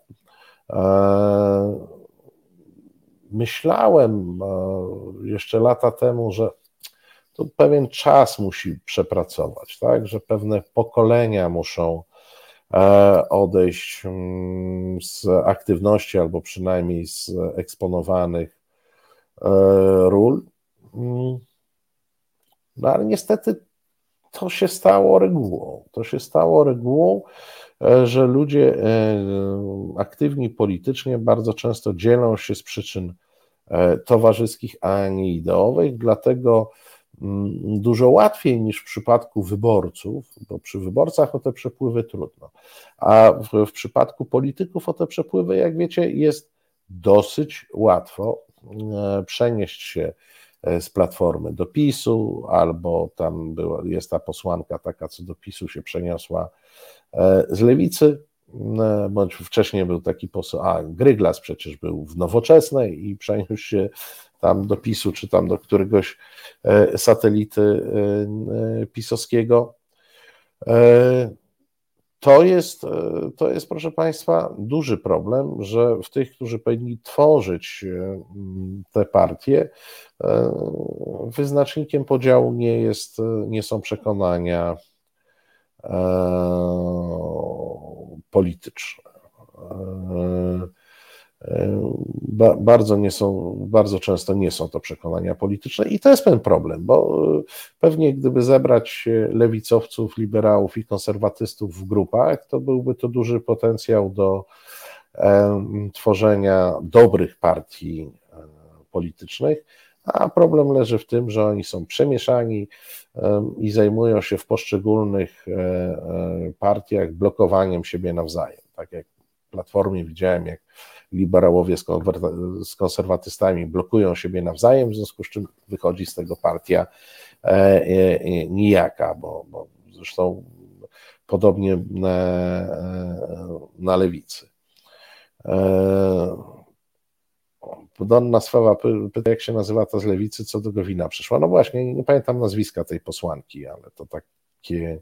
Myślałem jeszcze lata temu, że to pewien czas musi przepracować, tak? Że pewne pokolenia muszą odejść z aktywności albo przynajmniej z eksponowanych ról. No ale niestety to się stało regułą. To się stało regułą, że ludzie aktywni politycznie bardzo często dzielą się z przyczyn towarzyskich, a nie ideowych, dlatego dużo łatwiej niż w przypadku wyborców, bo przy wyborcach o te przepływy trudno, a w przypadku polityków o te przepływy, jak wiecie, jest dosyć łatwo przenieść się z Platformy do PiS-u, albo tam jest ta posłanka taka, co do PiS-u się przeniosła z Lewicy, bądź wcześniej był taki poseł, Gryglas przecież był w Nowoczesnej i przeniósł się tam do PiS-u, czy tam do któregoś satelity pisowskiego. To jest, proszę Państwa, duży problem, że w tych, którzy powinni tworzyć te partie, wyznacznikiem podziału nie są przekonania polityczne. Bardzo często nie są to przekonania polityczne i to jest pewien problem, bo pewnie gdyby zebrać lewicowców, liberałów i konserwatystów w grupach, to byłby to duży potencjał do tworzenia dobrych partii politycznych, a problem leży w tym, że oni są przemieszani i zajmują się w poszczególnych partiach blokowaniem siebie nawzajem. Tak jak w Platformie widziałem, jak liberałowie z konserwatystami blokują siebie nawzajem, w związku z czym wychodzi z tego partia nijaka, bo zresztą podobnie na lewicy. Donna Swawa pyta, jak się nazywa ta z lewicy, co do Gowina przyszła. No właśnie, nie pamiętam nazwiska tej posłanki, ale to takie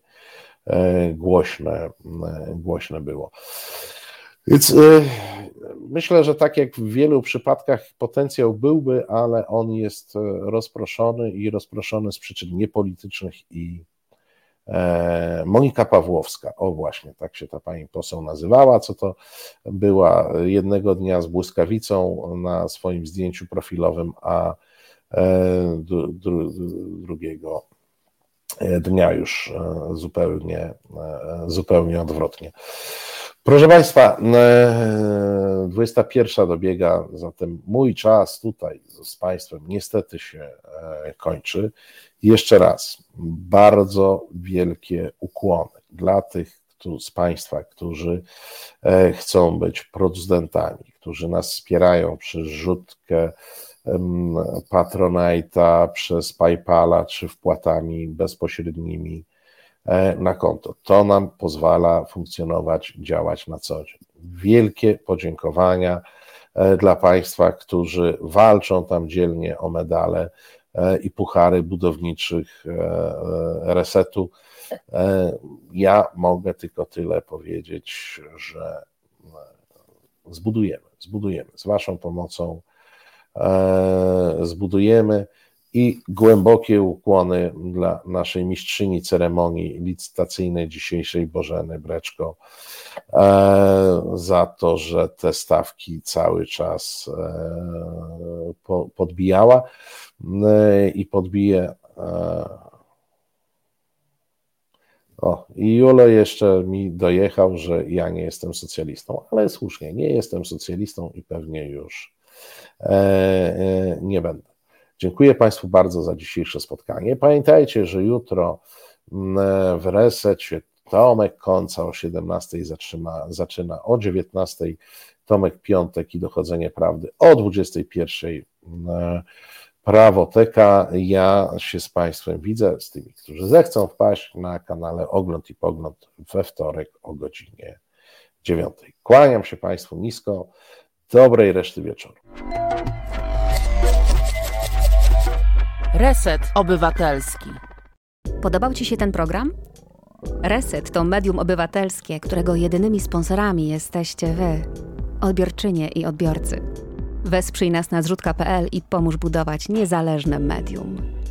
głośne było. Więc myślę, że tak jak w wielu przypadkach potencjał byłby, ale on jest rozproszony z przyczyn niepolitycznych i Monika Pawłowska, o właśnie, tak się ta pani poseł nazywała, co to była jednego dnia z błyskawicą na swoim zdjęciu profilowym, a drugiego dnia już zupełnie odwrotnie. Proszę Państwa, 21 dobiega, zatem mój czas tutaj z Państwem niestety się kończy. Jeszcze raz bardzo wielkie ukłony dla tych z Państwa, którzy chcą być producentami, którzy nas wspierają przez rzutkę Patronite'a, przez PayPala czy wpłatami bezpośrednimi na konto. To nam pozwala funkcjonować, działać na co dzień. Wielkie podziękowania dla Państwa, którzy walczą tam dzielnie o medale i puchary budowniczych Resetu. Ja mogę tylko tyle powiedzieć, że zbudujemy. Z Waszą pomocą zbudujemy i głębokie ukłony dla naszej mistrzyni ceremonii licytacyjnej dzisiejszej, Bożeny Breczko, za to, że te stawki cały czas podbijała i podbije. I Julo jeszcze mi dojechał, że ja nie jestem socjalistą, ale słusznie, nie jestem socjalistą i pewnie już nie będę. Dziękuję Państwu bardzo za dzisiejsze spotkanie. Pamiętajcie, że jutro w Resecie Tomek Końca o 17:00 zaczyna, o 19:00 Tomek Piątek i Dochodzenie Prawdy, o 21:00 Prawoteka. Ja się z Państwem widzę, z tymi, którzy zechcą wpaść na kanale Ogląd i Pogląd we wtorek o godzinie 9:00. Kłaniam się Państwu nisko. Dobrej reszty wieczoru. Reset Obywatelski. Podobał Ci się ten program? Reset to medium obywatelskie, którego jedynymi sponsorami jesteście Wy, odbiorczynie i odbiorcy. Wesprzyj nas na zrzutka.pl i pomóż budować niezależne medium.